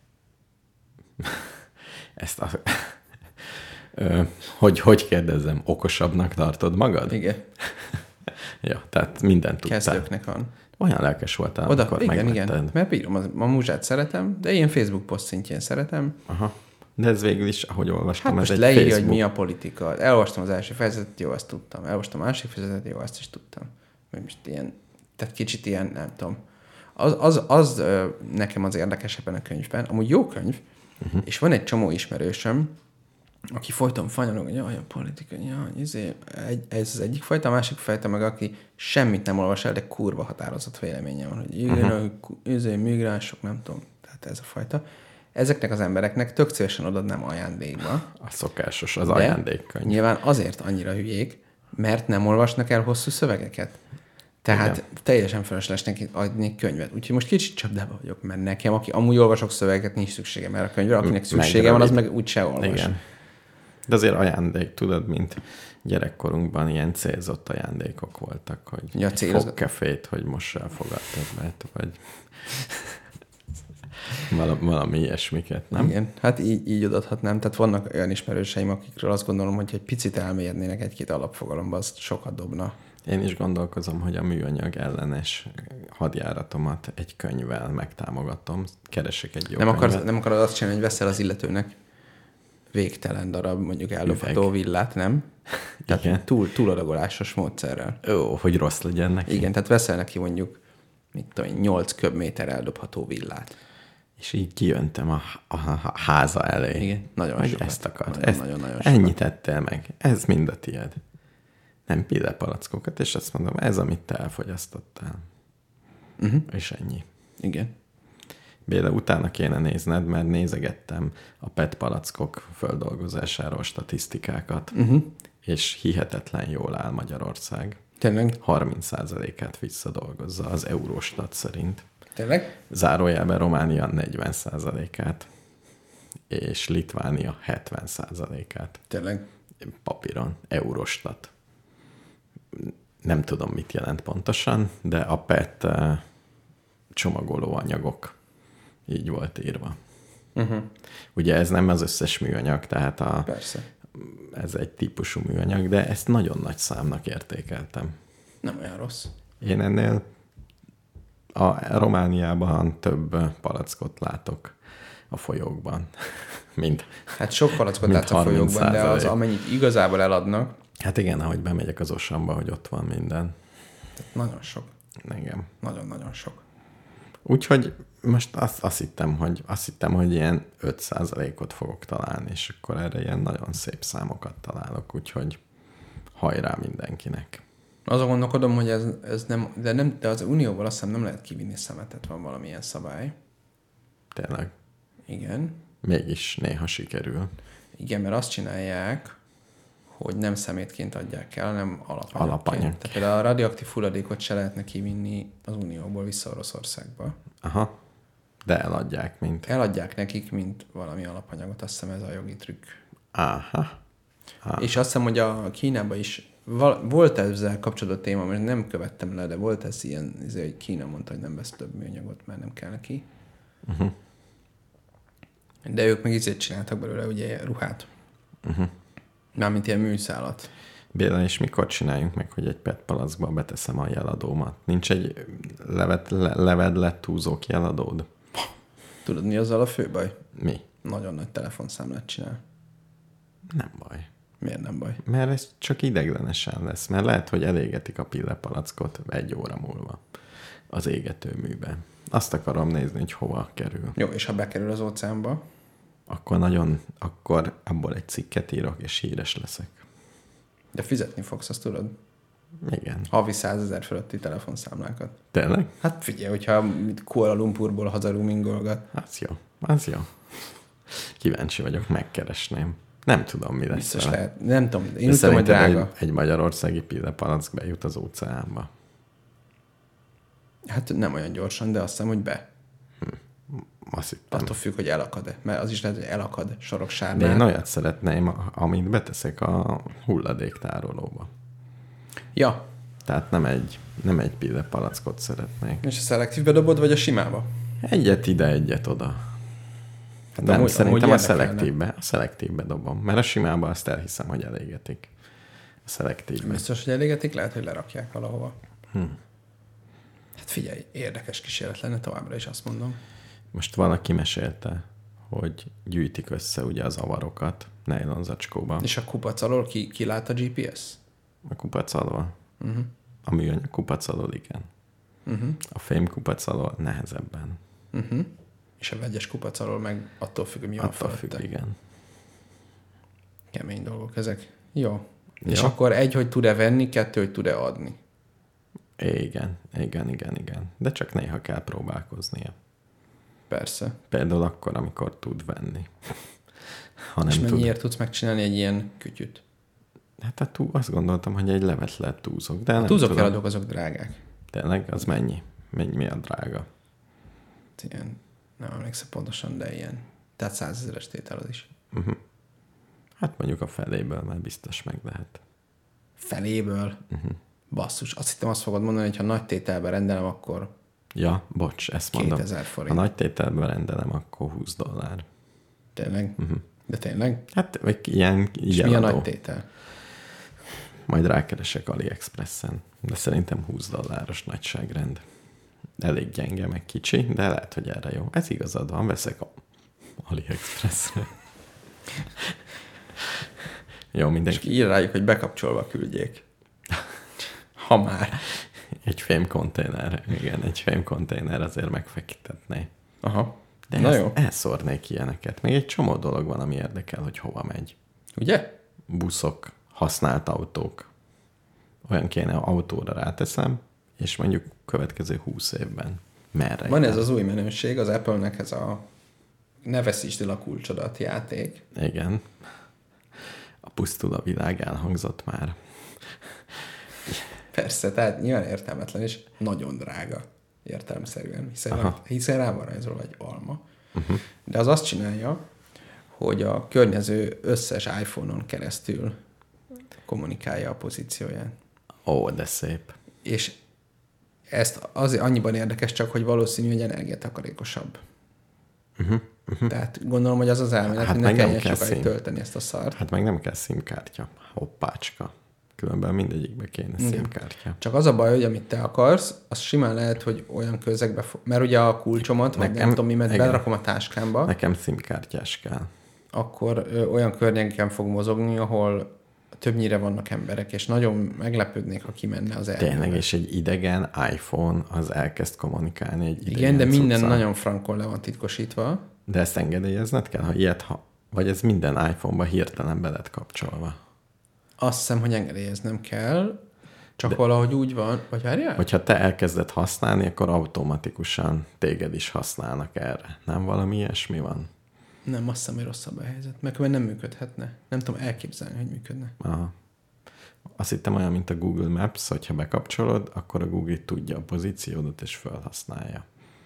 Ezt a... Ö, hogy, hogy kérdezzem, okosabbnak tartod magad? Igen. Ja, tehát mindent tudtál. Kezdőknek van. Olyan lelkes voltál, Oda, amikor igen, megvetted. igen, mert bírom, a, a múzsát szeretem, de ilyen Facebook poszt szintjén szeretem. Aha. De ez végül is, ahogy olvastam, hát ez most egy leírja, Facebook. hogy mi a politika. Elolvastam az első fejezetet, jó, azt tudtam. Elolvastam a másik fejezetet, jó, azt is tudtam. Vagy most ilyen, tehát kicsit ilyen, nem tudom. Az, az, az nekem az érdekes ebben a könyvben. Amúgy jó könyv, uh-huh. és van egy csomó ismerősöm, aki folyton fanyalog, hogy jaj, a politika, jaj, izé, egy, ez az egyik fajta, a másik fajta meg, aki semmit nem olvas el, de kurva határozott véleménye van, hogy igen, uh-huh. izé, migránsok, nem tudom, tehát ez a fajta. Ezeknek az embereknek tök szívesen odadnám ajándékba. A szokásos, az ajándékkönyv. Nyilván azért annyira hülyék, mert nem olvasnak el hosszú szövegeket. Tehát igen. teljesen feleslegesnek adni könyvet. Úgyhogy most kicsit csapdába vagyok, mert nekem, aki amúgy olvasok szövegeket, nincs szükségem erre a könyvre, akinek szüksége van, az meg úgyse olvas. Igen. De azért ajándék, tudod, mint gyerekkorunkban ilyen célzott ajándékok voltak, hogy ja, fogkefét, hogy most elfogad többet, vagy valami, valami ilyesmiket, nem? Igen, hát így, így adathatnám. Tehát vannak olyan ismerőseim, akikről azt gondolom, hogy egy picit elmélyednének egy-két alapfogalomba, az sokat dobna. Én is gondolkozom, hogy a műanyag ellenes hadjáratomat egy könyvvel megtámogatom. Keresek egy jó nem könyvet. Akarod, nem akarod azt csinálni, hogy veszel az illetőnek végtelen darab, mondjuk ellopható villát, nem? Tehát igen. túl, túladagolásos módszerrel. Ó, hogy rossz legyen neki. Igen, tehát veszel neki mondjuk, mit tudom, nyolc köbméter eldobható villát. És így kijöntem a, a, a háza elé. Igen, nagyon hogy sokat. Ezt akart. Nagyon, ezt, nagyon, nagyon ennyit tettél meg. Ez mind a tiéd. Nem pillepalackokat, és azt mondom, ez, amit te elfogyasztottál. Uh-huh. És ennyi. Igen. Béla, utána kéne nézned, mert nézegettem a pé é té palackok földolgozásáról statisztikákat, uh-huh. és hihetetlen jól áll Magyarország. Tényleg? harminc százalékát visszadolgozza az Eurostat szerint. Tényleg? Zárójelben Románia negyven százalékát, és Litvánia hetven százalékát. Tényleg? Papíron. Eurostat. Nem tudom, mit jelent pontosan, de a pé é té csomagoló anyagok így volt írva. Uh-huh. Ugye ez nem az összes műanyag, tehát a, persze. Ez egy típusú műanyag, de ezt nagyon nagy számnak értékeltem. Nem olyan rossz. Én ennél a Romániában több palackot látok a folyókban, mint hát sok palackot látsz a folyókban, de az, amennyit igazából eladnak. Hát igen, ahogy bemegyek az Osamba, hogy ott van minden. Tehát nagyon sok. Igen. Nagyon-nagyon sok. Úgyhogy most azt, azt, hittem, hogy, azt hittem, hogy ilyen öt százalékot fogok találni, és akkor erre ilyen nagyon szép számokat találok, úgyhogy hajrá mindenkinek. Azon gondolkodom, hogy ez, ez nem, de, nem, de az Unióból azt hiszem nem lehet kivinni szemetet, van valamilyen szabály. Tényleg? Igen. Mégis néha sikerül. Igen, mert azt csinálják, hogy nem szemétként adják el, hanem alapanyagként. Alapanyag. Tehát például a radioaktív hulladékot se lehetne kivinni az Unióból vissza Oroszországba. Aha. De eladják, mint... Eladják nekik, mint valami alapanyagot, azt hiszem ez a jogi trükk. Aha. Aha. És azt hiszem, hogy a Kínában is val- volt ezzel kapcsolatban téma, mert nem követtem le, de volt ez ilyen, hogy Kína mondta, hogy nem vesz több műanyagot, mert nem kell neki. Uh-huh. De ők meg ízét csináltak belőle, ugye ruhát. Uh-huh. Mármint ilyen műszálat. Béla, és mikor csináljunk meg, hogy egy pé é té palackba beteszem a jeladómat? Nincs egy levet, le, levedlet túzók jeladód? Tudod, mi azzal a fő baj? Mi? Nagyon nagy telefonszámlát csinál. Nem baj. Miért nem baj? Mert ez csak ideiglenesen lesz, mert lehet, hogy elégetik a pillepalackot egy óra múlva az égetőműben. Azt akarom nézni, hogy hova kerül. Jó, és ha bekerül az óceánba? Akkor nagyon, akkor abból egy cikket írok, és híres leszek. De fizetni fogsz, azt tudod? Igen. Havi százezer fölötti telefonszámlákat. Tényleg? Hát figyelj, hogyha Kuala Lumpurból hazarumingolgat. Az jó, az jó. Kíváncsi vagyok, megkeresném. Nem tudom, mi lesz. Biztos vele. lehet. Nem tudom, én De úgy tudom, hogy drága. Egy, egy magyarországi pizapalack bejut az óceánba. Hát nem olyan gyorsan, de azt hiszem, hogy be. Azt hittem. Attól függ, hogy elakad-e. Mert az is lehet, hogy elakad De Soroksárnál. én olyat szeretném, amit beteszek a hulladéktárolóba. Ja. Tehát nem egy, nem egy pizapalackot szeretnék. És a szelektívbe dobod, vagy a simába? Egyet ide, egyet oda. Hát nem, amúgy, szerintem amúgy a szelektíve, a szelektíve dobom. Mert a simába azt elhiszem, hogy elégetik. A szelektívbe. Biztos, hogy elégetik, lehet, hogy lerakják valahova. Hm. Hát figyelj, érdekes kísérlet lenne továbbra is, azt mondom. Most valaki mesélte, hogy gyűjtik össze ugye az avarokat nylon zacskóba. És a kupac alól ki, ki lát a gé pé es? A kupac alól? Uh-huh. A műanyag kupac alól, igen. Uh-huh. A fém kupac alól nehezebben. Uh-huh. És a vegyes kupac alól meg attól függ, hogy mi van Attól fölötte. függ, igen. Kemény dolgok ezek. Jó. Jó. És akkor egy, hogy tud-e venni, kettő, hogy tud-e adni. Igen, igen, igen, igen. De csak néha kell próbálkoznia. Persze. Például akkor, amikor tud venni. Ha nem És tud. mennyiért tudsz megcsinálni egy ilyen kütyüt? Hát a tú, azt gondoltam, hogy egy levet lehet túzok, de A nem túzok tudom. eladók azok drágák. Tényleg? Az mennyi? Mennyi, mi a drága? Ilyen, nem emlékszem pontosan, de ilyen. Tehát százezeres tétel az is. Uh-huh. Hát mondjuk a feléből már biztos meg lehet. Feléből? Uh-huh. Basszus. Azt hittem, azt fogod mondani, hogy ha nagy tételben rendelem, akkor Ja, bocs, ezt mondom. kétezer Ha forint. nagy tételben rendelem, akkor húsz dollár. Tényleg? Uh-huh. De tényleg? Hát vagy ilyen így És mi a eladó. nagy tétel? Majd rákeresek AliExpressen. De szerintem húsz dolláros nagyságrend. Elég gyenge, meg kicsi, de lehet, hogy erre jó. Ez igazad van, veszek a AliExpressre. Jó, mindenki. És ír rájuk, hogy bekapcsolva küldjék. Ha már. Egy fémkonténer, igen, egy fémkonténer azért megfektetné. Aha. De Na ezt jó. elszórnék ilyeneket. Még egy csomó dolog van, ami érdekel, hogy hova megy. Ugye? Buszok, használt autók. Olyan kéne, autóra ráteszem, és mondjuk következő húsz évben merre Van jár. ez az új menőség, az Apple-nek ez a ne veszítsd el a kulcsodat játék. Igen. A pusztul a világ elhangzott már. Persze, tehát nyilván értelmetlen, és nagyon drága értelemszerűen, hiszen, Aha. hiszen rá van rajzolva egy alma. Uh-huh. De az azt csinálja, hogy a környező összes iPhone-on keresztül kommunikálja a pozícióját. Ó, de szép. És ezt azért annyiban érdekes csak, hogy valószínű, hogy energiatakarékosabb. Uh-huh. Uh-huh. Tehát gondolom, hogy az az elmélet, Hát hogy ne meg nem kelljen kell sokáig szín. tölteni ezt a szart. Hát meg nem kell szimkártya. Hoppácska. Különben mindegyikbe kéne Igen. szimkártya. Csak az a baj, hogy amit te akarsz, az simán lehet, hogy olyan közegbe fog... Mert ugye a kulcsomat, vagy Nekem- nem tudom mi, mert igen. berakom a táskámba, Nekem szimkártyás kell. akkor ö, olyan környéken fog mozogni, ahol többnyire vannak emberek, és nagyon meglepődnék, ha kimenne az erdőbe. Tényleg, és egy idegen iPhone az elkezd kommunikálni egy idegen Igen, de minden cuccal. nagyon frankon le van titkosítva. De ezt engedélyezned kell, ha ilyet, ha... vagy ez minden iPhone-ba hirtelen be lett kapcsolva. Azt hiszem, hogy engedélyeznem kell, csak De- de... valahogy úgy van, vagy várjál? Hogyha te elkezded használni, akkor automatikusan téged is használnak erre. Nem valami ilyesmi van? Nem, azt hiszem, hogy rosszabb a helyzet, mert különben nem működhetne. Nem tudom elképzelni, hogy működne. Aha. Azt hittem olyan, mint a Google Maps, hogyha bekapcsolod, akkor a Google tudja a pozíciódat, és felhasználja.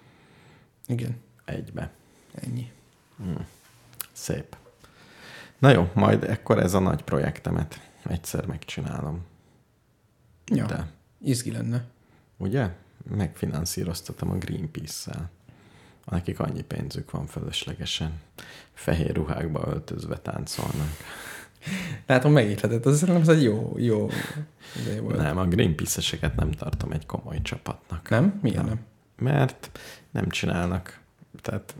Igen, Egybe. ennyi. Hmm. Szép. Na jó, majd ekkor ez a nagy projektemet egyszer megcsinálom. Ja, De, izgi lenne. ugye? Megfinanszíroztatom a Greenpeace-szel. Nekik annyi pénzük van fölöslegesen. Fehér ruhákba öltözve táncolnak. Látom, megítletett, az szerintem ez egy jó, jó izé volt. Nem, a Greenpeace-eseket nem tartom egy komoly csapatnak. Nem? Miért nem? Mert nem csinálnak, tehát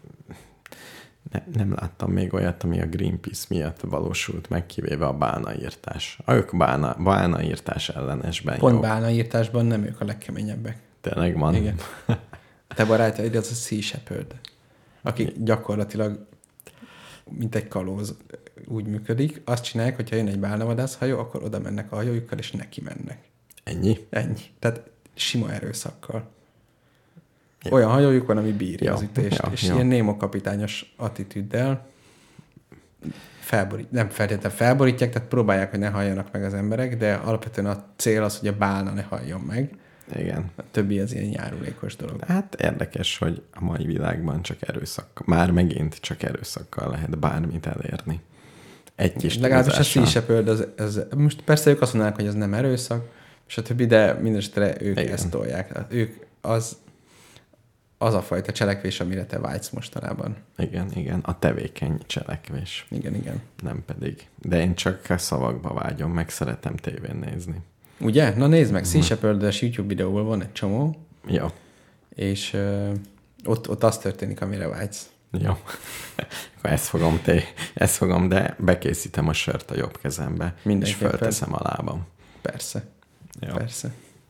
ne, nem láttam még olyat, ami a Greenpeace miatt valósult meg, kivéve a bálnaírtás. Ők bálna, bálnaírtás ellenesben Pont jók. bálnaírtásban nem ők a legkeményebbek. Tényleg van? Igen. Te barátjaid, az a Sea Shepherd, aki gyakorlatilag mint egy kalóz úgy működik. Azt csinálják, hogyha jön egy bálnavadász hajó, akkor oda mennek a hajójukkal, és neki mennek. Ennyi? Ennyi. Tehát sima erőszakkal. Ja. Olyan hajójuk van, ami bírja ja. az ütést, ja. és ja. ilyen Nemo kapitányos attitűddel felborít, nem feltétlenül felborítják, tehát próbálják, hogy ne halljanak meg az emberek, de alapvetően a cél az, hogy a bálna ne halljon meg. Igen. A többi az ilyen járulékos dolog. Hát érdekes, hogy a mai világban csak erőszakkal, már megint csak erőszakkal lehet bármit elérni. Egy kis legalábbis a Sea Shepherd, az, az, most persze ők azt mondanak, hogy ez nem erőszak, és a többi, de mindesetre ők igen. ezt tolják. Ők az, az a fajta cselekvés, amire te vágysz mostanában. Igen, igen. A tevékeny cselekvés. Igen, igen. Nem pedig. De én csak szavakba vágyom, meg szeretem tévén nézni. Ugye? Na nézd meg, Sea Shepherd-es YouTube videóból van egy csomó. Jó. És uh, ott, ott az történik, amire vágysz. Jó. Akkor ezt fogom, té- ezt fogom, de bekészítem a sört a jobb kezembe, és fölteszem a lábam. Persze. Jó. Persze.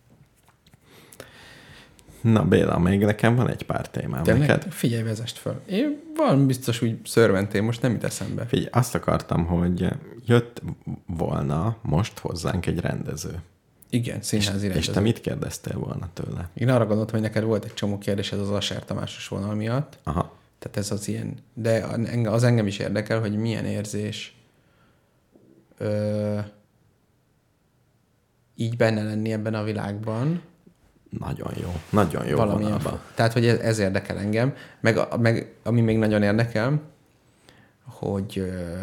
Na Béla, még nekem van egy pár témám. Te neked? Figyelj, vezest föl. Én valami biztos úgy szörventél, most nem jut eszembe. Figyelj, azt akartam, hogy jött volna most hozzánk egy rendező. Igen, színházi rendező. És te mit kérdeztél volna tőle? Én arra gondoltam, hogy neked volt egy csomó kérdés ez az Ascher Tamásos vonal miatt. Aha. Tehát ez az ilyen, de az engem is érdekel, hogy milyen érzés ö, így benne lenni ebben a világban. Nagyon jó. Nagyon jó vonalban. Tehát, hogy ez, ez érdekel engem. Meg, meg ami még nagyon érdekel, hogy ö,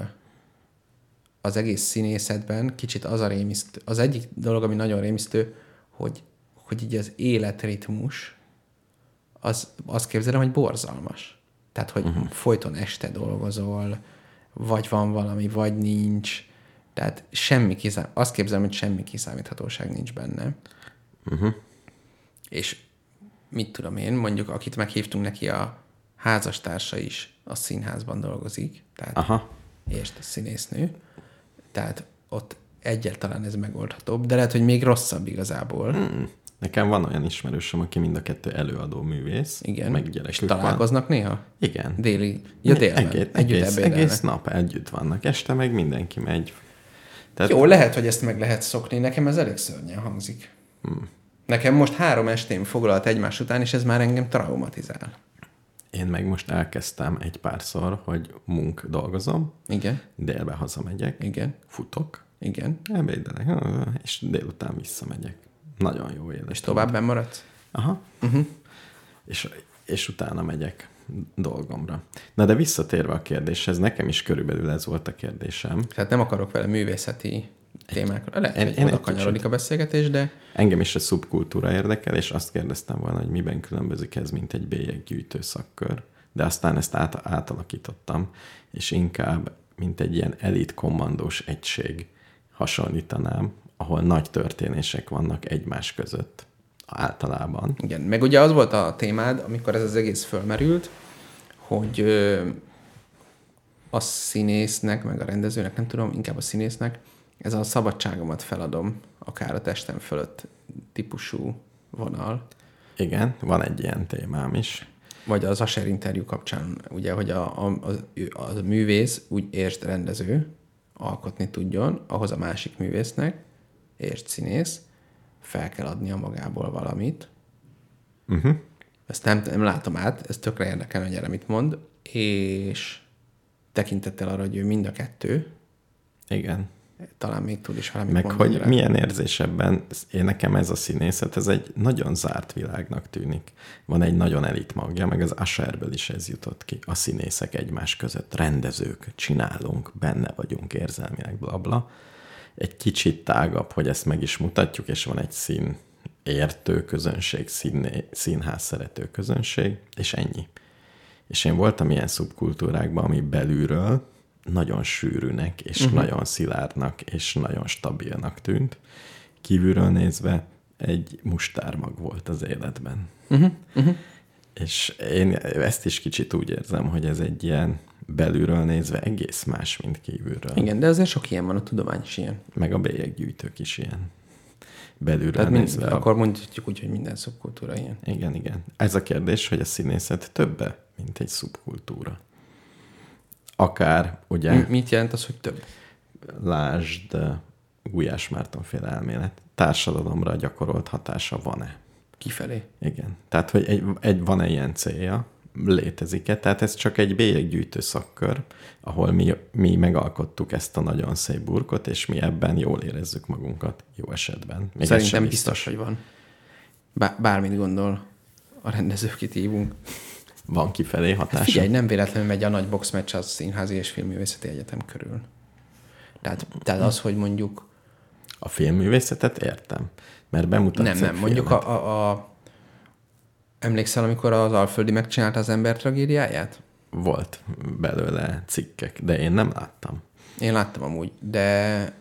az egész színészetben kicsit az a rémisztő, az egyik dolog, ami nagyon rémisztő, hogy, hogy így az életritmus, az, azt képzelem, hogy borzalmas. Tehát, hogy uh-huh. folyton este dolgozol, vagy van valami, vagy nincs. Tehát semmi kiszám... azt képzelem, hogy semmi kiszámíthatóság nincs benne. Uh-huh. És mit tudom én, mondjuk akit meghívtunk neki, a házastársa is a színházban dolgozik, tehát aha. és a színésznő. Tehát ott egyáltalán ez megoldhatóbb, de lehet, hogy még rosszabb igazából. Hmm. Nekem van olyan ismerősöm, aki mind a kettő előadó művész. Igen, meg és találkoznak van. Néha? Igen. Déli, ja délben. Egész, egész, egész nap együtt vannak. Este meg mindenki megy. Tehát... Jó, lehet, hogy ezt meg lehet szokni. Nekem ez elég szörnyen hangzik. Hmm. Nekem most három estém foglalt egymás után, és ez már engem traumatizál. Én meg most elkezdtem egy párszor, hogy munk dolgozom. Igen. Délbe hazamegyek. Igen. Futok. Igen. Ebédelek, és délután visszamegyek. Nagyon jó élet. És tovább benn maradsz? Aha. Uh-huh. És, és utána megyek dolgomra. Na de visszatérve a kérdéshez, nekem is körülbelül ez volt a kérdésem. Tehát nem akarok vele művészeti témákra. Lehet, én, hogy én oda kanyarodik a beszélgetés, de... Engem is a szubkultúra érdekel, és azt kérdeztem volna, hogy miben különbözik ez, mint egy bélyeggyűjtő szakkör. De aztán ezt át, átalakítottam, és inkább, mint egy ilyen elit kommandós egység hasonlítanám, ahol nagy történések vannak egymás között általában. Igen, meg ugye az volt a témád, amikor ez az egész fölmerült, hogy ö, a színésznek, meg a rendezőnek, nem tudom, inkább a színésznek, ez a szabadságomat feladom, akár a testem fölött típusú vonal. Igen, van egy ilyen témám is. Vagy az Ascher interjú kapcsán, ugye, hogy a, a, a, a művész úgy értsd rendező, alkotni tudjon, ahhoz a másik művésznek, értsd színész, fel kell adnia magából valamit. Uh-huh. Ezt nem, nem látom át, ez tökre érdekel, hogy erre mit mond, és tekintettel arra, hogy ő mind a kettő. Igen. Talán még tud is valamit meg mondani. hogy rá. Milyen érzésebben, én nekem ez a színészet, ez egy nagyon zárt világnak tűnik. Van egy nagyon elit magja, meg az Asherből is ez jutott ki. A színészek egymás között, rendezők, csinálunk, benne vagyunk érzelmileg, blabla. Egy kicsit tágabb, hogy ezt meg is mutatjuk, és van egy szín értő közönség, szín, színház szerető közönség, és ennyi. És én voltam ilyen szubkultúrákban, ami belülről nagyon sűrűnek, és uh-huh. nagyon szilárdnak, és nagyon stabilnak tűnt. Kívülről nézve egy mustármag volt az életben. Uh-huh. Uh-huh. És én ezt is kicsit úgy érzem, hogy ez egy ilyen belülről nézve egész más, mint kívülről. Igen, de azért sok ilyen van, a tudomány is ilyen. Meg a bélyeggyűjtők is ilyen. belülről Tehát mind, nézve. akkor mondjuk úgy, hogy minden szubkultúra ilyen. Igen, igen. Ez a kérdés, hogy a színészet többe, mint egy szubkultúra. Akár, ugye... Mi, mit jelent az, hogy több? Lásd Gulyás Márton-féle elmélet. Társadalomra gyakorolt hatása van-e? Kifelé? Igen. Tehát, hogy egy, egy, van-e ilyen célja? Létezik-e? Tehát ez csak egy bélyeggyűjtő szakkör, ahol mi, mi megalkottuk ezt a nagyon szép burkot, és mi ebben jól érezzük magunkat, jó esetben. Még Szerintem biztos. biztos, hogy van. Bár, bármit gondol a rendező, kit hívunk. Van kifelé hatása? Hát figyelj, nem véletlenül megy a nagy boxmeccs az Színházi és Filmművészeti Egyetem körül. Tehát, tehát az, hogy mondjuk... A filmművészetet értem, mert bemutatsz Nem, nem, mondjuk a, a, a... Emlékszel, amikor az Alföldi megcsinálta az ember tragédiáját? Volt belőle cikkek, de én nem láttam. Én láttam amúgy, de,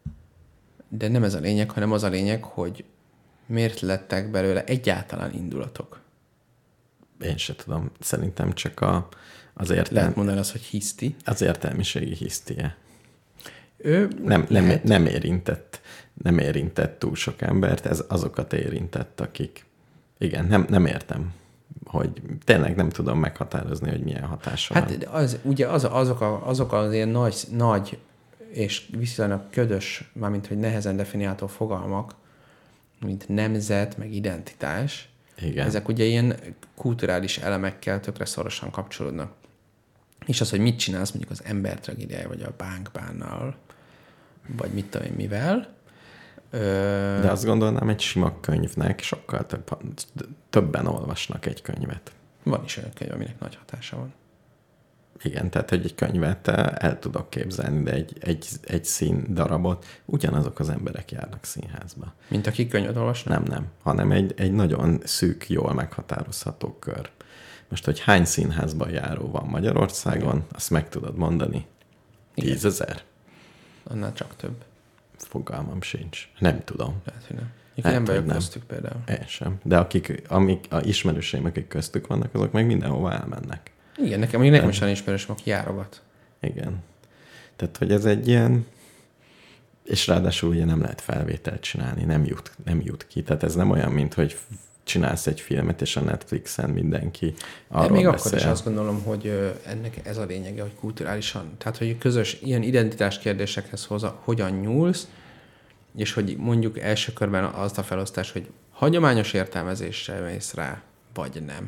de nem ez a lényeg, hanem az a lényeg, hogy miért lettek belőle egyáltalán indulatok. Én se tudom. Szerintem csak a, az értelmi... Lehet mondani azt, hogy hiszti. Az értelmiségi hisztie. Ő nem, nem, nem érintett, nem érintett túl sok embert, ez azokat érintett, akik... Igen, nem, nem értem, hogy tényleg nem tudom meghatározni, hogy milyen hatása hát van. Az, ugye az, azok, a, azok az ilyen nagy, nagy és viszonylag ködös, mármint hogy nehezen definiálható fogalmak, mint nemzet, meg identitás, igen. Ezek ugye ilyen kulturális elemekkel tökre szorosan kapcsolódnak. És az, hogy mit csinálsz mondjuk az ember tragédiája, vagy a bánkbánnal, vagy mit tudom én mivel. Ö... De azt gondolnám, egy sima könyvnek sokkal több, többen olvasnak egy könyvet. Van is olyan könyv, aminek nagy hatása van. Igen, tehát, hogy egy könyvet el tudok képzelni, de egy, egy, egy szín darabot ugyanazok az emberek járnak színházba. Mint akik könyvet olvasnak? Nem, nem, hanem egy, egy nagyon szűk, jól meghatározható kör. Most, hogy hány színházban járó van Magyarországon, igen, azt meg tudod mondani? Tízezer? Annál csak több. Fogalmam sincs. Nem tudom. Lehet, hogy nem. Lehet, nem vagyok köztük például. Én sem. De akik, amik a ismerőseim, akik köztük vannak, azok meg mindenhova elmennek. Igen, nekem, nekem Tehát, is olyan ismerősöm, aki járogat. Igen. Tehát, hogy ez egy ilyen... És ráadásul ugye nem lehet felvételt csinálni, nem jut, nem jut ki. Tehát ez nem olyan, mint hogy csinálsz egy filmet, és a Netflixen mindenki arról még beszél. akkor is azt gondolom, hogy ennek ez a lényege, hogy kulturálisan, tehát hogy közös ilyen identitás kérdésekhez hoza, hogyan nyúlsz, és hogy mondjuk első körben azt a felosztás, hogy hagyományos értelmezéssel mész rá, vagy nem.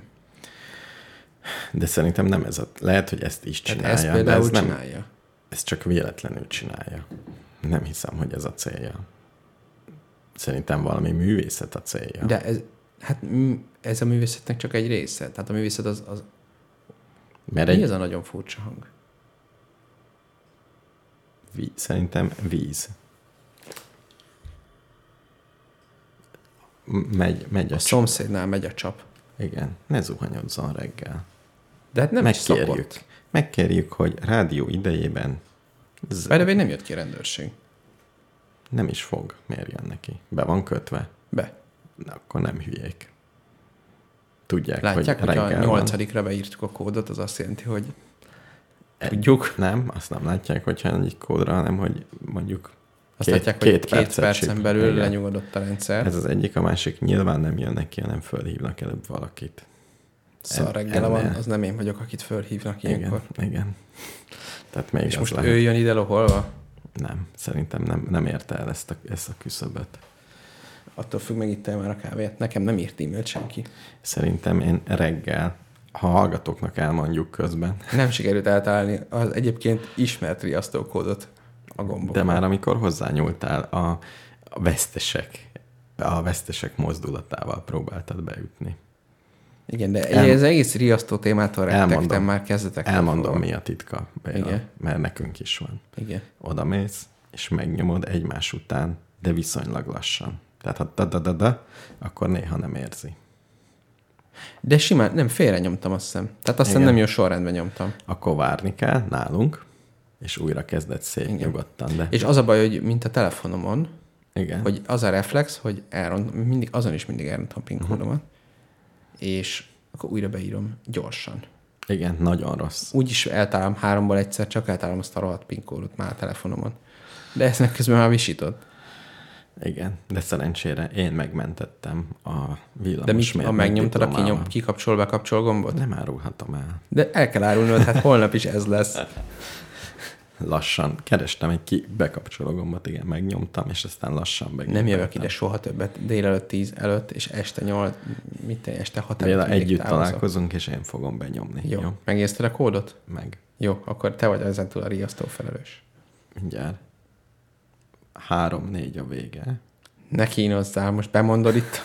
De szerintem nem ez a... Lehet, hogy ezt is csinálja. Tehát ezt például ez nem, csinálja. Ez csak véletlenül csinálja. Nem hiszem, hogy ez a célja. Szerintem valami művészet a célja. De ez, hát ez a művészetnek csak egy része. Tehát a művészet az... az Mert mi egy... ez a nagyon furcsa hang? Víz, szerintem víz. Megy, megy a, a szomszédnál megy a csap. Igen, ne zuhanyozzon reggel. De hát nem megkérjük, is szokott. Megkérjük, hogy rádió idejében... Z... Bár nem jött ki rendőrség. Nem is fog. Miért jön neki? Be van kötve? Be. Na, akkor nem hülyék. Tudják, látják, hogy reggel reggel a nyolcadikra beírtuk a kódot, az azt jelenti, hogy e, tudjuk. Nem, azt nem látják, hogyha egy kódra, hanem hogy mondjuk azt két, látják, két, hogy két percen csip. belül Igen. lenyugodott a rendszer. Ez az egyik, a másik nyilván nem jönnek ki, hanem fölhívnak előbb valakit. Szar reggel van, az nem én vagyok, akit fölhívnak ilyenkor. Igen, igen. Tehát még és most lehet. ő jön ide loholva? Nem, szerintem nem, nem érte el ezt a, ezt a küszöböt. Attól függ, meg itt el már a kávét. Nekem nem írt e-mailt senki. Szerintem én reggel, ha hallgatóknak elmondjuk közben. Nem sikerült eltalálni az egyébként ismert riasztókódot a gombokon. De már amikor hozzányúltál, a, a vesztesek, a vesztesek mozdulatával próbáltad beütni. Igen, de El, ez egész riasztó témától rettegtem már kezdetek. Elmondom, fogva. Mi a titka. Igen. Mert nekünk is van. Igen. Oda mész, és megnyomod egymás után, de viszonylag lassan. Tehát ha da-da-da-da, akkor néha nem érzi. De simán, nem, félre nyomtam, azt hiszem. Tehát azt hiszem nem jó sorrendben nyomtam. Akkor várni kell nálunk, és újra kezdett szép igen. nyugodtan. De... És az a baj, hogy mint a telefonomon, igen. hogy az a reflex, hogy elront, mindig, azon is mindig elrontom a PIN kódomat, uh-huh. és akkor újra beírom gyorsan. Igen, nagyon rossz. Úgyis eltalálom háromból egyszer, csak eltalálom azt a rohadt PIN kódot már a telefonomon. De ezt meg közben már visított. Igen, de szerencsére én megmentettem a villamos De mit, ha megnyomtad a kinyom, kikapcsol-bekapcsol gombot? Nem árulhatom el. De el kell árulnod, hát holnap is ez lesz. Lassan. Kerestem egy ki bekapcsoló gombot, igen, megnyomtam, és aztán lassan megnyomtam. Nem jövök ide soha többet délelőtt tíz előtt, és este nyolc, mit te, este hat előtt együtt távozok. Találkozunk, és én fogom benyomni. Jó. jó. Megérzted a kódot? Meg. Jó, akkor te vagy ezentúl a riasztó felelős. Mindjárt. Három, négy a vége. Ne kínozzál, most bemondod itt.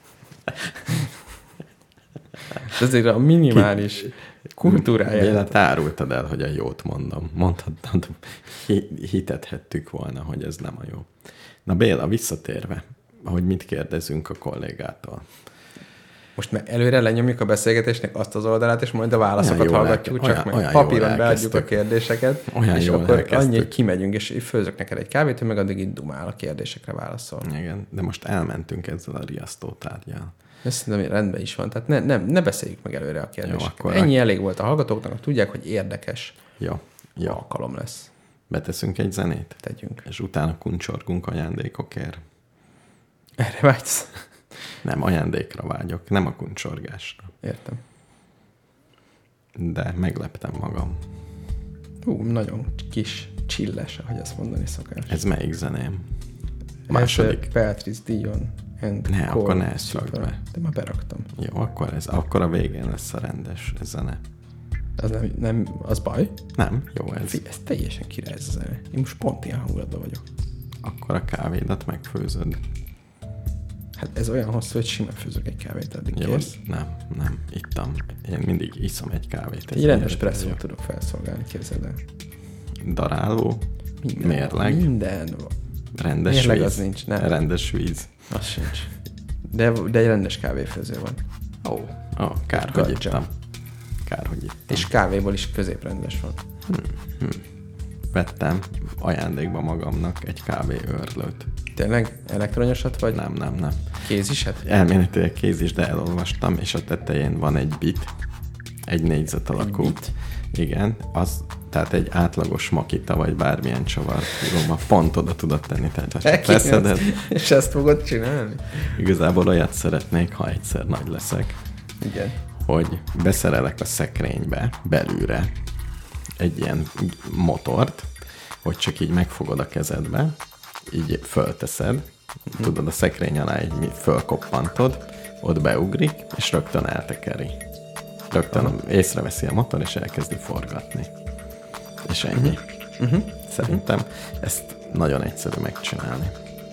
Ezért a minimális kultúráját. Béla, te árultad el, hogy a jót mondom. Mondhatod, hitethettük volna, hogy ez nem a jó. Na Béla, visszatérve, hogy mit kérdezünk a kollégától. Most meg előre lenyomjuk a beszélgetésnek azt az oldalát, és majd a válaszokat hallgatjuk, elke- csak olyan, meg olyan papíron beadjuk a kérdéseket, olyan és akkor elkezdtük. annyi, hogy kimegyünk, és főzök neked egy kávét, meg addig itt dumál a kérdésekre válaszol. Igen, de most elmentünk ezzel a riasztótárgyal. Ez szerintem rendben is van, tehát ne, ne, ne beszéljük meg előre a kérdéseket. Jó, ennyi elég volt a hallgatóknak, tudják, hogy érdekes jó, jó. alkalom lesz. Beteszünk egy zenét? Tegyünk. És utána kuncsorgunk ajándékokért. Erre vágysz? Nem, ajándékra vágyok, nem a kuncsorgásra. Értem. De megleptem magam. Hú, nagyon kis, csilles, ahogy azt mondani szokás. Ez melyik zeném? Második. Beatrice Dion and Ne, Cole akkor ne ezt rakd be. De már beraktam. Jó, akkor, ez, akkor a végén lesz a rendes zene. Az nem, nem, az baj? Nem, jó ez. Fí, ez teljesen király ez a zene. Én most pont ilyen hangulatban vagyok. Akkor a kávédat megfőzöd. Hát ez olyan hosszú, hogy simán főzök egy kávét, addig jó, kérsz. Nem, nem, ittam. Én mindig iszom egy kávét. Egy rendes presszót tudok felszolgálni, képzeld el. Daráló, minden, mérleg. Minden. Rendes mérleg víz. az nincs, nem. Rendes víz. Az sincs. De, de egy rendes kávéfőző van. Ó, oh, oh, kár, hogy ittam. Kár, hogy ittam. És kávéból is középrendes van. Hmm, hmm. Vettem ajándékba magamnak egy kávéőrlőt. Tényleg? Elektronyosat vagy? Nem, nem, nem. Kéziset? Elméletileg kézis, de elolvastam, és a tetején van egy bit, egy négyzet alakú. Egy bit? Igen, az, tehát egy átlagos makita, vagy bármilyen csavar tudom, pont oda tudod tenni, tehát ha csak leszeded. És ezt fogod csinálni? Igazából olyat szeretnék, ha egyszer nagy leszek. Igen. Hogy beszerelek a szekrénybe, belülre egy ilyen motort, hogy csak így megfogod a kezedbe, így fölteszed, mm. tudod, a szekrény alá így fölkoppantod, ott beugrik, és rögtön eltekeri. Rögtön uh-huh. észreveszi a motor, és elkezdi forgatni. És ennyi. Uh-huh. Szerintem ezt nagyon egyszerű megcsinálni.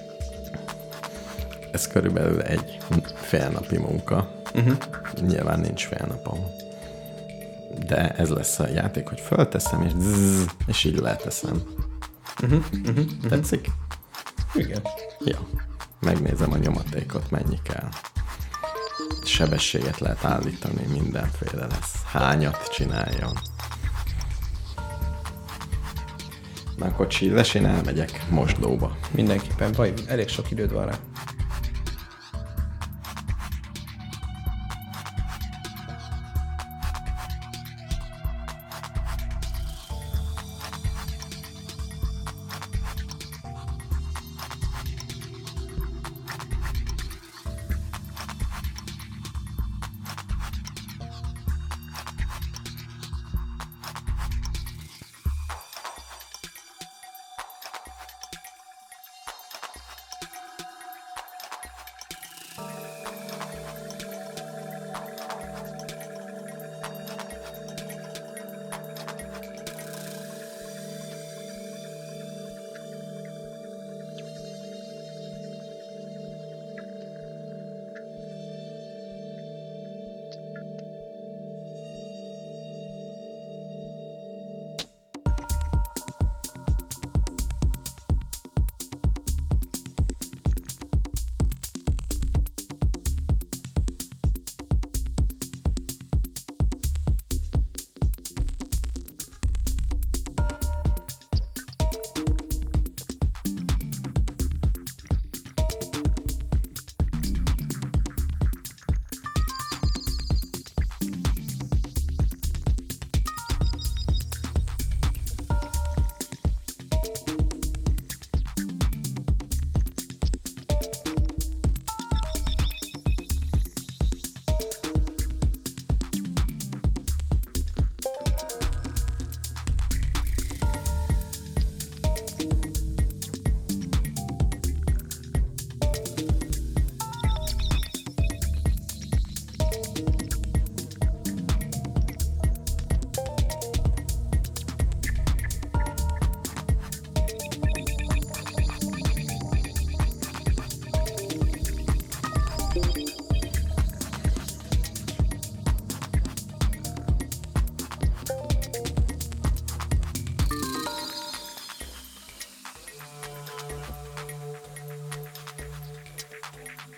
Ez körülbelül egy félnapi munka. Uh-huh. Nyilván nincs félnapom. De ez lesz a játék, hogy fölteszem, és zzz, és így leteszem. Uh-huh. Uh-huh. Tetszik? Igen. Jó. Megnézem a nyomatékot, mennyi kell. Sebességet lehet állítani, mindenféle lesz. Hányat csináljon. Na akkor csilles, én elmegyek mosdóba. Mindenképpen, baj, elég sok időd van rá.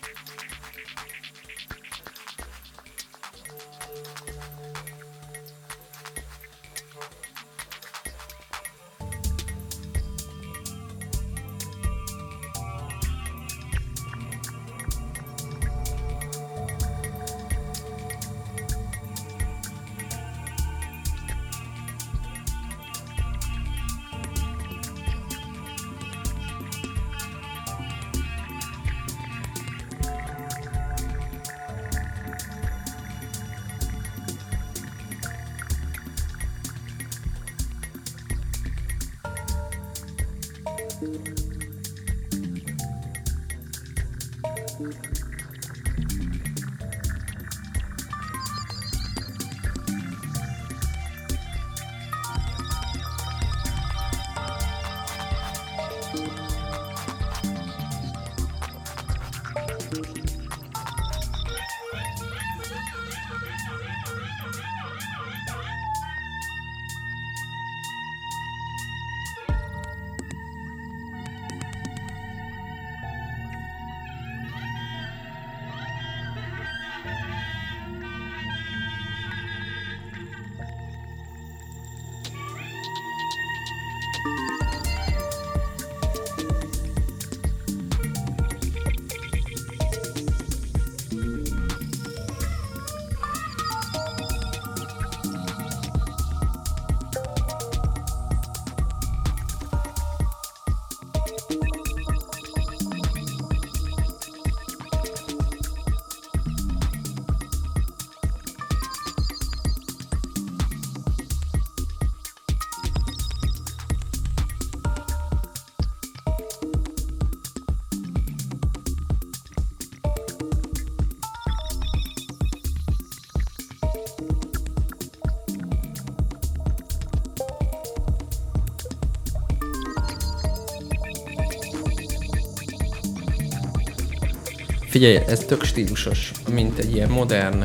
Figyelj, ez tök stílusos, mint egy ilyen modern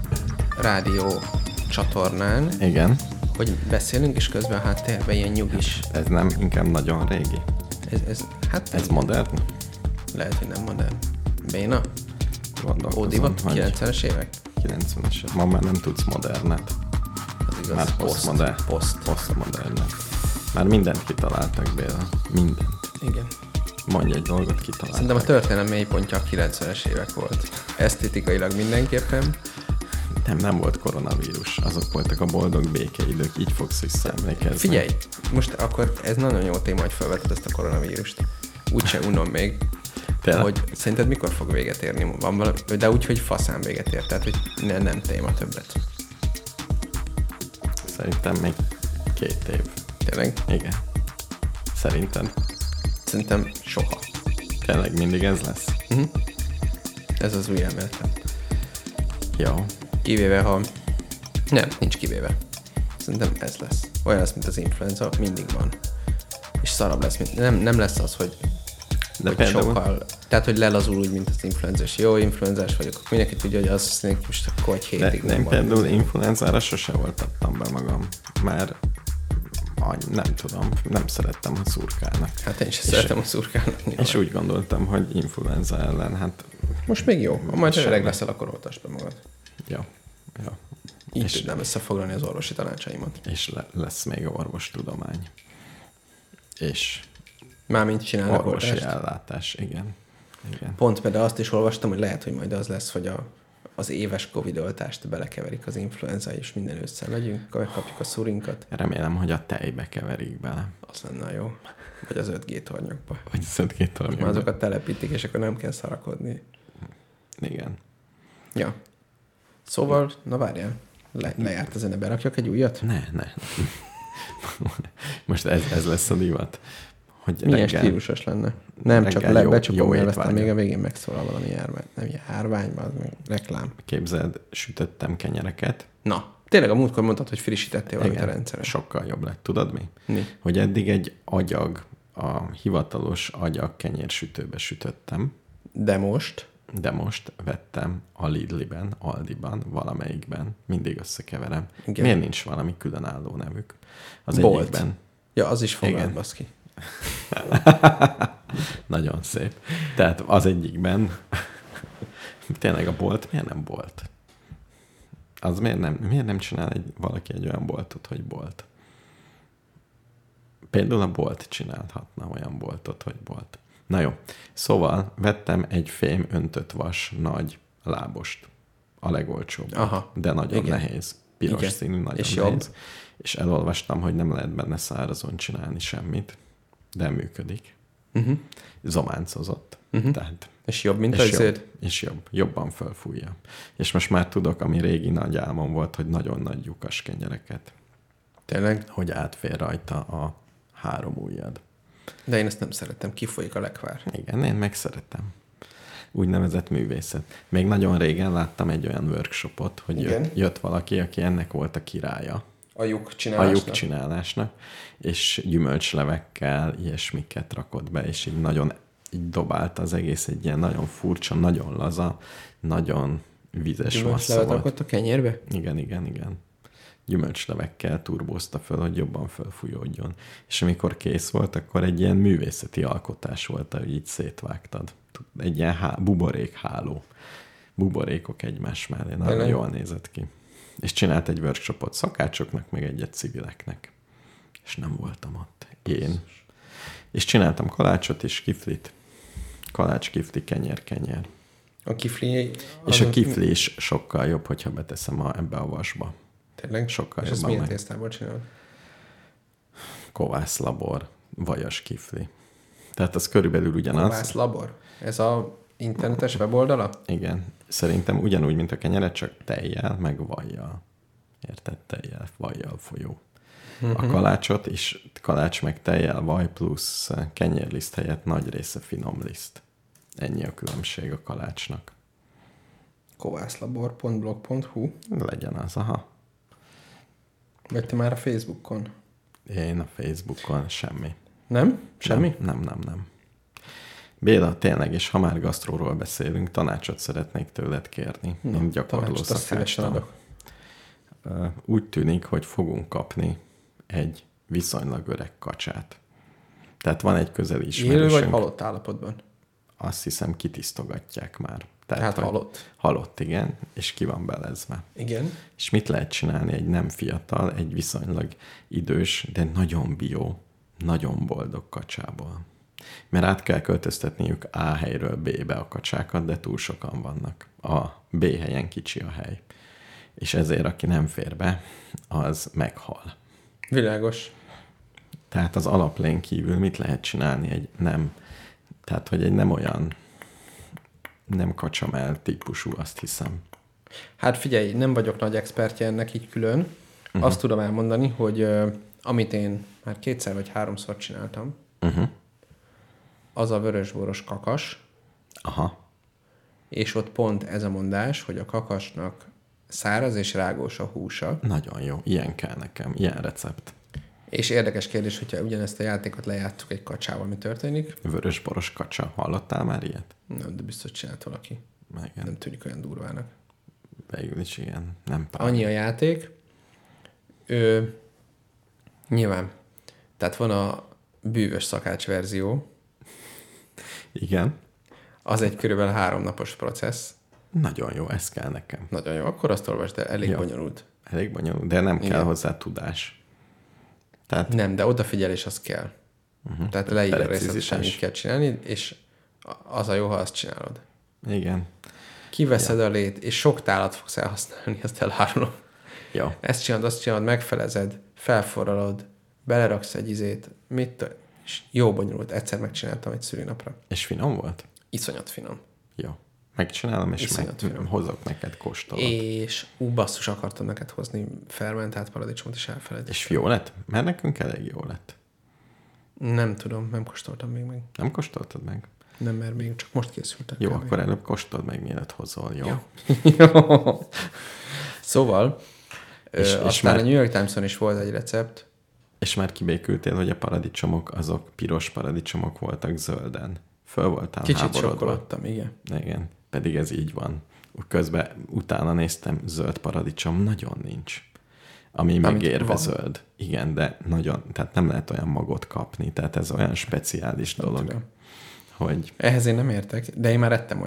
rádió csatornán. Igen. Hogy beszélünk, és közben a háttérben ilyen nyugis. Ez nem inkább nagyon régi? Ez, ez, hát ez modern? Lehet, hogy nem modern. Béna? Gondolkozom. Ódivat? kilencvenes évek? kilencvenes. Ma már nem tudsz modernet. Az igaz. Már posztmodern. Poszt. Posztmodernet. Már mindent kitaláltak, Béla. Mindent. Igen. Mondj egy dolgot, kitaláltak. Szerintem a történelem mélypontja a kilencvenes évek volt. Esztétikailag mindenképpen. Nem, nem volt koronavírus. Azok voltak a boldog békeidők, így fogsz visszaemlékezni. Figyelj, most akkor ez nagyon jó téma, hogy felveted ezt a koronavírust. Úgyse unom még, Például? Hogy szerinted mikor fog véget érni? Van valami, de úgy, hogy faszán véget ér, tehát hogy ne, nem téma többet. Szerintem még két év. Tényleg? Igen. Szerintem. Szerintem soha. Tényleg mindig ez lesz? Uh-huh. Ez az új elméletem. Jó. Kivéve, ha... Nem, nincs kivéve. Szerintem ez lesz. Olyan lesz, mint az influenza, mindig van. És szarabb lesz, mint... Nem, nem lesz az, hogy, De hogy sokkal... Tehát, hogy lelazul úgy, mint az influenza, és jó, influenzás vagyok. Mindenki tudja, hogy az színik, most akkor egy hétig De, nem van. Például influenzára sose voltattam be magam. Már nem tudom, nem szerettem, ha szurkálnak. Hát én sem szeretem, ha szurkálnak. És úgy gondoltam, hogy influenza ellen, hát... Most még jó. Majd öreg leszel, akkor oltasd be magad. Ja, ja. Így és tudnám összefoglalni az orvosi tanácsaimat. És le, lesz még orvostudomány. És... Mármint csinálnak orvosi oltást. ellátás, igen. igen. Pont például azt is olvastam, hogy lehet, hogy majd az lesz, hogy a, az éves Covid oltást belekeverik az influenza, és minden össze legyünk, kapjuk a szurinkat. Remélem, hogy a tejbe keverik bele. Az lenne jó. Vagy az öt G tornyokba. Vagy az öt G tornyokba. Már azokat telepítik, és akkor nem kell szarakodni. Igen. Ja. Szóval, na várjál. Le, lejárt a zene, berakjak egy újat? Ne, ne. Most ez, ez lesz a divat. Hogy milyen reggel, stílusos lenne. Nem csak le, becsukom el, aztán még a végén megszólal valami járvány. Nem járvány, az meg reklám. Képzeld, sütöttem kenyereket. Na, tényleg a múltkor mondtad, hogy frissítettél valamit a rendszeren. Sokkal jobb lett. Tudod mi? Mi? Hogy eddig egy agyag, a hivatalos agyag kenyérsütőbe sütöttem. De most? De most vettem a Lidliben, Aldiban, valamelyikben. Mindig összekeverem. Igen. Miért nincs valami különálló nevük? Az Bolt. Egyikben. Ja, az is foglalt, baszki. Nagyon szép. Tehát az egyikben Tényleg a bolt miért nem bolt? Az miért nem, miért nem csinál egy, valaki egy olyan boltot, hogy bolt? Például a bolt csinálhatna olyan boltot, hogy bolt. Na jó. Szóval vettem egy fém öntött vas nagy lábost. A legolcsóbb. Aha. De nagyon Igen. nehéz. Piros Igen. színű, nagyon És nehéz. jobb? És elolvastam, hogy nem lehet benne szárazon csinálni semmit. De működik. Uh-huh. Zománcozott. Uh-huh. Tehát, És jobb, mint és az jobb, zöld? és jobb. Jobban felfújja. És most már tudok, ami régi nagy álmom volt, hogy nagyon nagy lyukas kenyereket. Tényleg? Hogy átfér rajta a három ujjad. De én ezt nem szeretem, kifolyik a lekvár. Igen, én meg szeretem. Úgynevezett művészet. Még nagyon régen láttam egy olyan workshopot, hogy jött, jött valaki, aki ennek volt a királya. A lyuk csinálásnak. A lyuk csinálásnak. És gyümölcslevekkel ilyesmiket rakott be, és így nagyon így dobálta az egész, egy ilyen nagyon furcsa, nagyon laza, nagyon vizes massza volt. rakott a kenyérbe? Igen, igen, igen. Gyümölcslevekkel turbózta föl, hogy jobban felfújódjon. És amikor kész volt, akkor egy ilyen művészeti alkotás volt, hogy így szétvágtad. Egy ilyen há- buborékháló. Buborékok egymás mellé. Nagyon jól nézett ki. És csinált egy workshopot szakácsoknak, meg egyet civileknek. És nem voltam ott. Én. És csináltam kalácsot és kiflit. Kalács, kifli, kenyer, kenyer. A kifli... És a kifli is sokkal jobb, hogyha beteszem a, ebbe a vasba. Tényleg? Sokkal és ezt jobban milyen meg. tésztából csinálod? Kovász labor, vajas kifli. Tehát az körülbelül ugyanaz. Kovász labor? Ez a internetes weboldala? Igen. Szerintem ugyanúgy, mint a kenyeret, csak tejjel, meg vajjal. Érted? Tejjel, vajjal folyó. Uh-huh. A kalácsot is, kalács meg tejjel, vaj plusz kenyérliszt helyett nagy része finom liszt. Ennyi a különbség a kalácsnak. kovászlabor pont blog pont hu Legyen az, aha. Vagy te már a Facebookon? Én a Facebookon semmi. Nem? Semmi? Nem, nem, nem. nem. Béla, tényleg, és ha már gasztróról beszélünk, tanácsot szeretnék tőled kérni. Na, mint gyakorló szakácstal. Úgy tűnik, hogy fogunk kapni egy viszonylag öreg kacsát. Tehát van egy közeli ismerősünk. Élő vagy halott állapotban? Azt hiszem, kitisztogatják már. Tehát, Tehát halott. Halott, igen, és ki van belezve. Igen. És mit lehet csinálni egy nem fiatal, egy viszonylag idős, de nagyon bio, nagyon boldog kacsából? Mert át kell költöztetniük A helyről B-be a kacsákat, de túl sokan vannak. A B helyen kicsi a hely. És ezért, aki nem fér be, az meghal. Világos. Tehát az alaplén kívül mit lehet csinálni egy nem, tehát hogy egy nem olyan nem kacsamel típusú, azt hiszem. Hát figyelj, nem vagyok nagy expertje ennek így külön. Uh-huh. Azt tudom elmondani, hogy uh, amit én már kétszer vagy háromszor csináltam, uh-huh. az a vörösboros kakas. Aha. És ott pont ez a mondás, hogy a kakasnak száraz és rágós a húsa. Nagyon jó. Ilyen kell nekem. Ilyen recept. És érdekes kérdés, hogyha ugyanezt a játékot lejátszuk egy kacsával, mi történik? Vörösboros kacsa. Hallottál már ilyet? Nem, de biztos csinált valaki. Igen. Nem tűnik olyan durvának. Végül is igen. Nem pár. Annyi a játék. Ő, nyilván. Tehát van a bűvös szakács verzió. Igen. Az egy körülbelül háromnapos processz. Nagyon jó, ez kell nekem. Nagyon jó, akkor azt olvasd el, elég jó. bonyolult. Elég bonyolult, de nem igen. kell hozzá tudás. Tehát... Nem, de odafigyelés az kell. Uh-huh. Tehát leírja részletesen, mit kell csinálni, és az a jó, ha azt csinálod. Igen. Kiveszed ja. a lét, és sok tálat fogsz elhasználni, azt elárulom. Jó. Ezt csinálod, azt csinálod, megfelezed, felforralod, beleraksz egy izét, mit, és jó bonyolult. Egyszer megcsináltam egy szülinapra. És finom volt? Iszonyat finom. Jó. Megcsinálom, és meg, hozok neked kóstolót. És ú, basszus, akartam neked hozni fermentált paradicsomot, és elfelejtettem. És jó lett? Mert nekünk elég jó lett. Nem tudom, nem kóstoltam még meg. Nem kóstoltad meg? Nem, mert még csak most készültek. Jó, kb. Akkor előbb kóstold meg, mielőtt hozol, jó? Jó. jó. Szóval, és, ö, és aztán már, a New York Timeson is volt egy recept. És már kibékültél, hogy a paradicsomok, azok piros paradicsomok voltak zölden. Föl voltál Kicsit háborodva. sokkolottam, igen. Igen, pedig ez így van. Közben utána néztem, zöld paradicsom nagyon nincs. Ami megérve zöld. Igen, de nagyon, tehát nem lehet olyan magot kapni. Tehát ez olyan speciális nem dolog, tudom. Hogy... Ehhez én nem értek, de én már ettem olyat.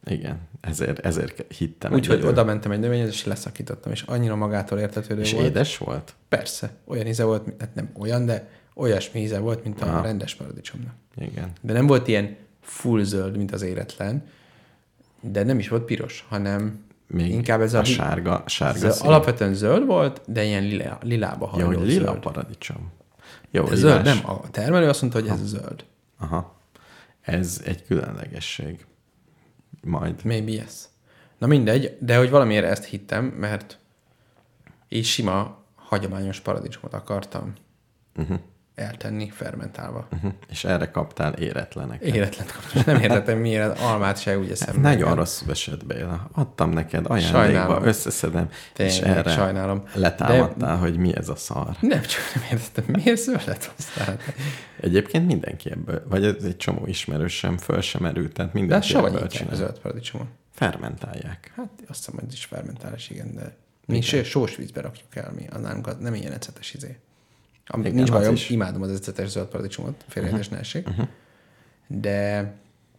Igen, ezért, ezért hittem. Úgyhogy oda mentem egy növényhez, és leszakítottam, és annyira magától értetődő és volt. És édes volt? Persze. Olyan íze volt, hát nem olyan, de olyasmi íze volt, mint a Aha. rendes paradicsomnak. Igen. De nem volt ilyen full zöld, mint az éretlen, de nem is volt piros, hanem még inkább ez a, a sárga, sárga zöld, szín. Alapvetően zöld volt, de ilyen lila, lilába hajló Jó, hogy lila zöld. paradicsom. Jó, De zöld, nem. A termelő azt mondta, hogy ez zöld. Aha. Ez egy különlegesség. Majd. Maybe yes. Na mindegy, de hogy valamiért ezt hittem, mert így sima, hagyományos paradicsomot akartam Uh-huh. eltenni fermentálva. Uh-huh. És erre kaptál éretleneket. Éretlen kaptam. Nem értettem, miért almát se úgy eszem. Nagyon meg. rosszul esett, Béla. Adtam neked ajándékba, Sajnálom. összeszedem, Tényleg, és erre sajnálom. letámadtál, hogy mi ez a szar. Nem, csak nem értettem, miért zöldet használtál. Egyébként mindenki ebből, vagy ez egy csomó ismerősem föl sem erőtt, tehát De azt mindenki ebből savanyítják a csinál. zöld paradicsomon. Fermentálják. Hát azt hiszem, hogy ez is fermentálás, igen, de mi is sós vízbe rakjuk el, mi, az nálunk az nem ilyen ecetes izé. Amit Igen, nincs az bajom, is. imádom az ecetes zöld paradicsomot, félreértés ne essék. Uh-huh. De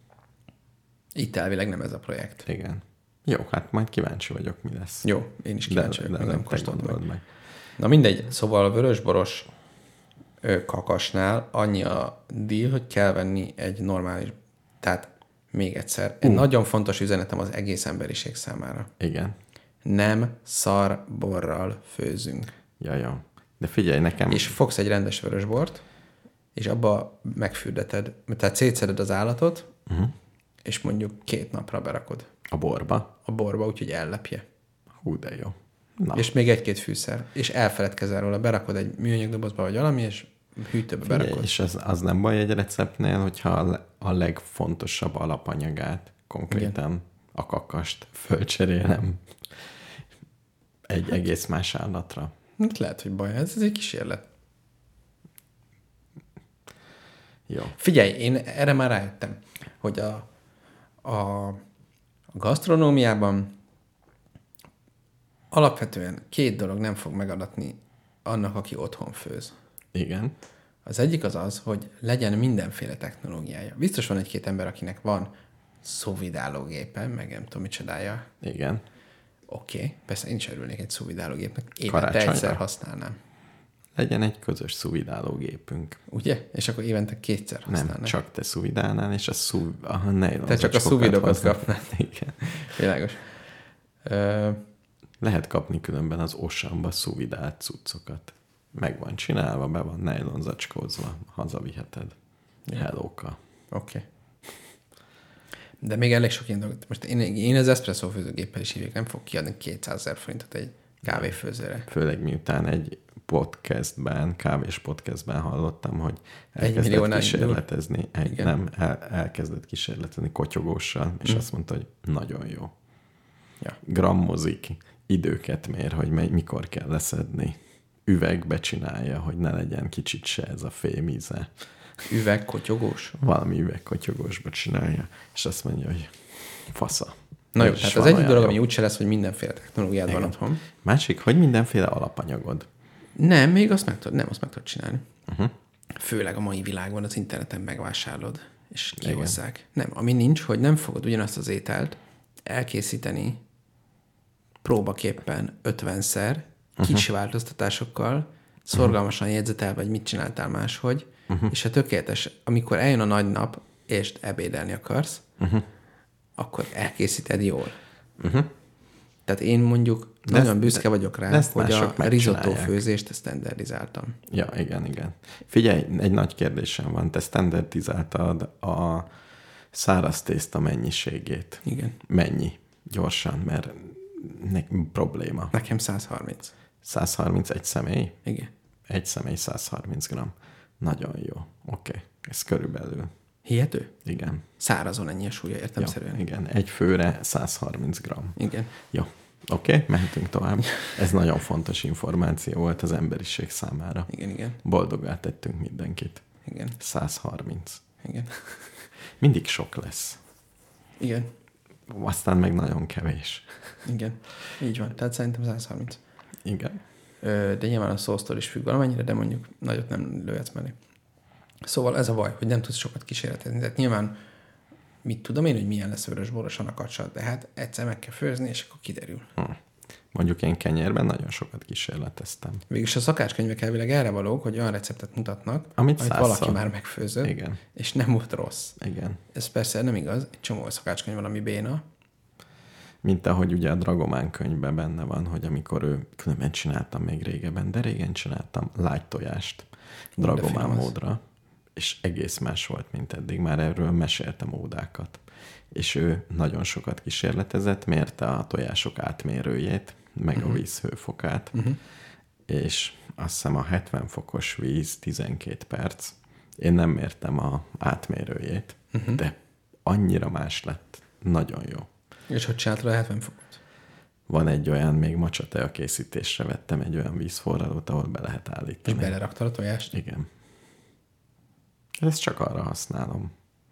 itt elvileg nem ez a projekt. Igen. Jó, hát majd kíváncsi vagyok, mi lesz. Jó, én is kíváncsi vagyok, még nem te kóstoltam meg. gondold meg. Na mindegy, szóval a vörösboros ö, kakasnál annyi a deal, hogy kell venni egy normális, tehát még egyszer, egy Uh. nagyon fontos üzenetem az egész emberiség számára. Igen. Nem szar borral főzünk. Ja, jó. De figyelj, nekem... És fogsz egy rendes vörösbort, és abba megfürdeted, tehát szétszeded az állatot, Uh-huh. és mondjuk két napra berakod A borba. a borba, úgyhogy ellepje. Hú, de jó. Na, És még egy-két fűszer. És elfeledkezel róla, berakod egy műanyag dobozba, vagy valami, és hűtőbe figyelj, berakod. és az, az nem baj egy receptnél, hogyha a, le- a legfontosabb alapanyagát, konkrétan Igen. a kakast fölcserélem egy egész más állatra. Hát lehet, hogy baj, ez, ez egy kísérlet. Jó. Figyelj, én erre már rájöttem, hogy a, a, a gasztronómiában alapvetően két dolog nem fog megadatni annak, aki otthon főz. Igen. Az egyik az az, hogy legyen mindenféle technológiája. Biztos van egy-két ember, akinek van szóvidálógépe, meg nem tudom, micsodája. Igen. Oké, okay. Persze én is örülnék egy szóvidálógépnek. Évente Karácsonyra? egyszer használnám. Legyen egy közös szuvidálógépünk. Ugye? És akkor évente kétszer használnám. Nem, csak te szuvidálnál, és a szuv... Aha, nejlon Te csak a szuvidokat kapnád. Igen. Világos. Ö, Lehet kapni különben az Oceanba szuvidált cuccokat. Meg van csinálva, be van nejlon zacskózva, hazaviheted. Hellóka. Oké. Okay. De még elég sok ilyen dolgot. Most én, én az espresso főzőgéppel is hívjuk, nem fog kiadni kétszázezer forintot egy kávéfőzőre. Főleg miután egy podcastben, kávés podcastben hallottam, hogy elkezdett milliónál kísérletezni. Egy, Igen. nem, el, elkezdett kísérletezni kotyogóssal, és Mm. azt mondta, hogy nagyon jó. Ja. Grammozik, időket mér, hogy mely, mikor kell leszedni. Üvegbe csinálja, hogy ne legyen kicsit se ez a fémíze. Üveg, kotyogós. Valami üvegkotyogósba csinálja, és azt mondja, hogy fasza. Na jó, És tehát van az egyik olyan dolog, jó. ami úgyse lesz, hogy mindenféle technológiád van Igen. otthon. Másik, hogy mindenféle alapanyagod. Nem, még azt meg tudod, nem, azt meg tudod csinálni. Uh-huh. Főleg a mai világban az interneten megvásárolod, és kihozzák. Nem, ami nincs, hogy nem fogod ugyanazt az ételt elkészíteni próbaképpen ötvenszer, uh-huh. kis változtatásokkal, szorgalmasan jegyzetelve, vagy mit csináltál máshogy, uh-huh. és ha tökéletes, amikor eljön a nagy nap, és ebédelni akarsz, uh-huh. akkor elkészíted jól. Uh-huh. Tehát én mondjuk De nagyon ezt- büszke de- vagyok rá, de ezt hogy mások a risotto megcsinálják. főzést standardizáltam. Ja, igen, igen. Figyelj, egy nagy kérdésem van. Te standardizáltad a száraz tészta mennyiségét. Igen. Mennyi? Gyorsan, mert ne, probléma. Nekem száz harminc. száz harminc egy személy? Igen. Egy személy száz harminc gramm. Nagyon jó. Oké. Okay. Ez körülbelül. Hihető? Igen. Szárazon ennyi a súlya, Jó, értelemszerűen. igen. Egy főre száz harminc gramm. Igen. Jó. Oké, okay, mehetünk tovább. Ez nagyon fontos információ volt az emberiség számára. Igen, igen. Boldogá tettünk mindenkit. Igen. száz harminc. Igen. Mindig sok lesz. Igen. Aztán meg nagyon kevés. Igen. Így van. Tehát szerintem száz harminc. Igen. Ö, de nyilván a szósztól is függ valamennyire, de mondjuk nagyot nem lőhetsz mellé. Szóval ez a baj, hogy nem tudsz sokat kísérletezni. Tehát nyilván mit tudom én, hogy milyen lesz vörösborosan a kacsa, de hát egyszer meg kell főzni, és akkor kiderül. Hm. Mondjuk én kenyérben nagyon sokat kísérleteztem. Végülis a szakácskönyvek elvileg erre valók, hogy olyan receptet mutatnak, amit, amit valaki már megfőzött, igen. és nem volt rossz. Igen. Ez persze nem igaz, egy csomó szakácskönyv van, ami béna. Mint ahogy ugye a Dragomán könyvben benne van, hogy amikor ő, különben csináltam még régebben, de régen csináltam lágy tojást Dragomán módra, és egész más volt, mint eddig. Már erről meséltem ódákat. És ő nagyon sokat kísérletezett, mérte a tojások átmérőjét, meg uh-huh. a víz hőfokát, uh-huh. és azt hiszem a hetven fokos víz tizenkét perc. Én nem mértem a átmérőjét, uh-huh. de annyira más lett. Nagyon jó. És hogy csináltad a hetven fokot? Van egy olyan, még macsatea készítésre vettem egy olyan vízforralót, ahol be lehet állítani. És beleraktad a tojást? Igen. Ezt csak arra használom.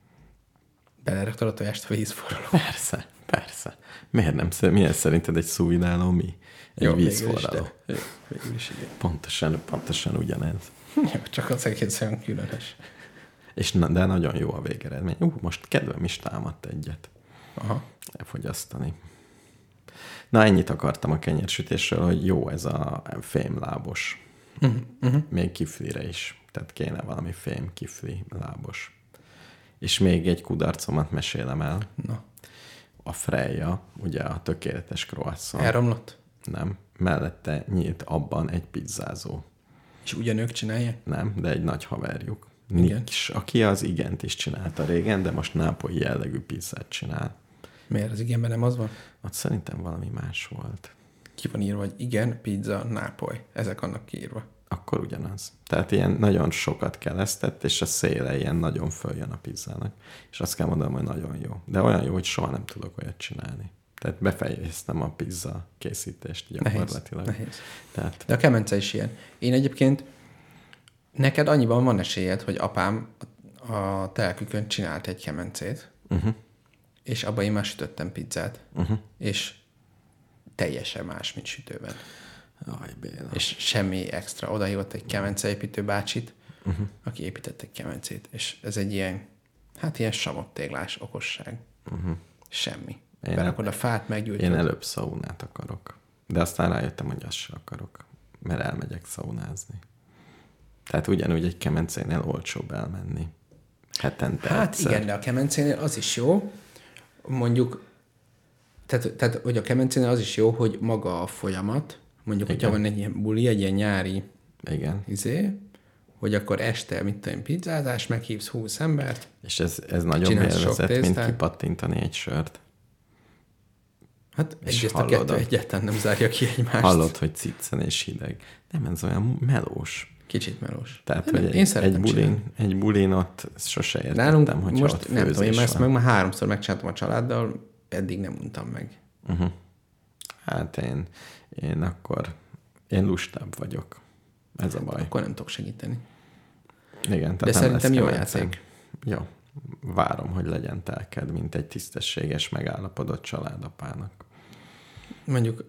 Beleraktad a tojást a vízforralóba? Persze, persze. Miért nem? Milyen szerinted egy szújidáló mi? Egy jó, vízforraló. Végül is igen. Pontosan, pontosan ugyanez. Jó, csak az egész olyan különös. És na, de nagyon jó a végeredmény. Ú, most kedvem is támadt egyet. Aha. Elfogyasztani. Na, ennyit akartam a kenyérsütésről, hogy jó ez a fémlábos. Uh-huh. Uh-huh. Még kiflire is. Tehát kéne valami fém, kifli, lábos. És még egy kudarcomat mesélem el. Na. A Freja, ugye a tökéletes croissant. Elromlott? Nem. Mellette nyílt abban egy pizzázó. És ugyanők csinálják? Nem, de egy nagy haverjuk. Igen. Niks, aki az igent is csinálta régen, de most nápolyi jellegű pizzát csinál. Miért az igenben nem az van? Ott szerintem valami más volt. Ki van írva, hogy igen, pizza, Nápoly. Ezek vannak kiírva. Akkor ugyanaz. Tehát ilyen nagyon sokat kelesztett, és a széle ilyen nagyon följön a pizzának. És azt kell mondanom, hogy nagyon jó. De olyan jó, hogy soha nem tudok olyat csinálni. Tehát befejeztem a pizza készítést gyakorlatilag. Nehéz, nehéz. Tehát... De a kemence is ilyen. Én egyébként, neked annyiban van esélyed, hogy apám a telkükön csinált egy kemencét, uh-huh. és abban én már sütöttem pizzát. Uh-huh. És teljesen más, mint sütőben. Aj, Béla. És semmi extra. Oda hívott egy kemenceépítő bácsit, uh-huh. aki épített egy kemencét. És ez egy ilyen, hát ilyen samottéglás okosság. Uh-huh. Semmi. Én Berakod a fát, meggyújtod. Én előbb szaunát akarok. De aztán rájöttem, hogy azt sem akarok. Mert elmegyek szaunázni. Tehát ugyanúgy egy kemencénél olcsóbb elmenni. Hetente Hát egyszer. igen, de a kemencénél az is jó. Mondjuk, tehát, tehát hogy a kemencénél az is jó, hogy maga a folyamat, mondjuk, igen. hogyha van egy ilyen buli, egy ilyen nyári igen. izé, hogy akkor este, mit tudom, pizzázás, meghívsz húsz embert. És ez, ez nagyon élvezet, mint kipattintani egy sört. Hát egyrészt a kettő egyáltalán nem zárja ki egymást. Hallod, hogy ciccen és hideg. Nem, ez olyan melós. Kicsit melós. Tehát, nem, hogy én egy, egy, bulin, egy bulin ott sose értettem, nálunk hogyha most ott nem tudom, én ezt van. meg már háromszor megcsináltam a családdal, eddig nem untam meg. Uh-huh. Hát én, én akkor, én lustább vagyok. Ez a baj. Akkor nem tudok segíteni. Igen, de szerintem jó játék. Jó. Várom, hogy legyen telked, mint egy tisztességes, megállapodott családapának. Mondjuk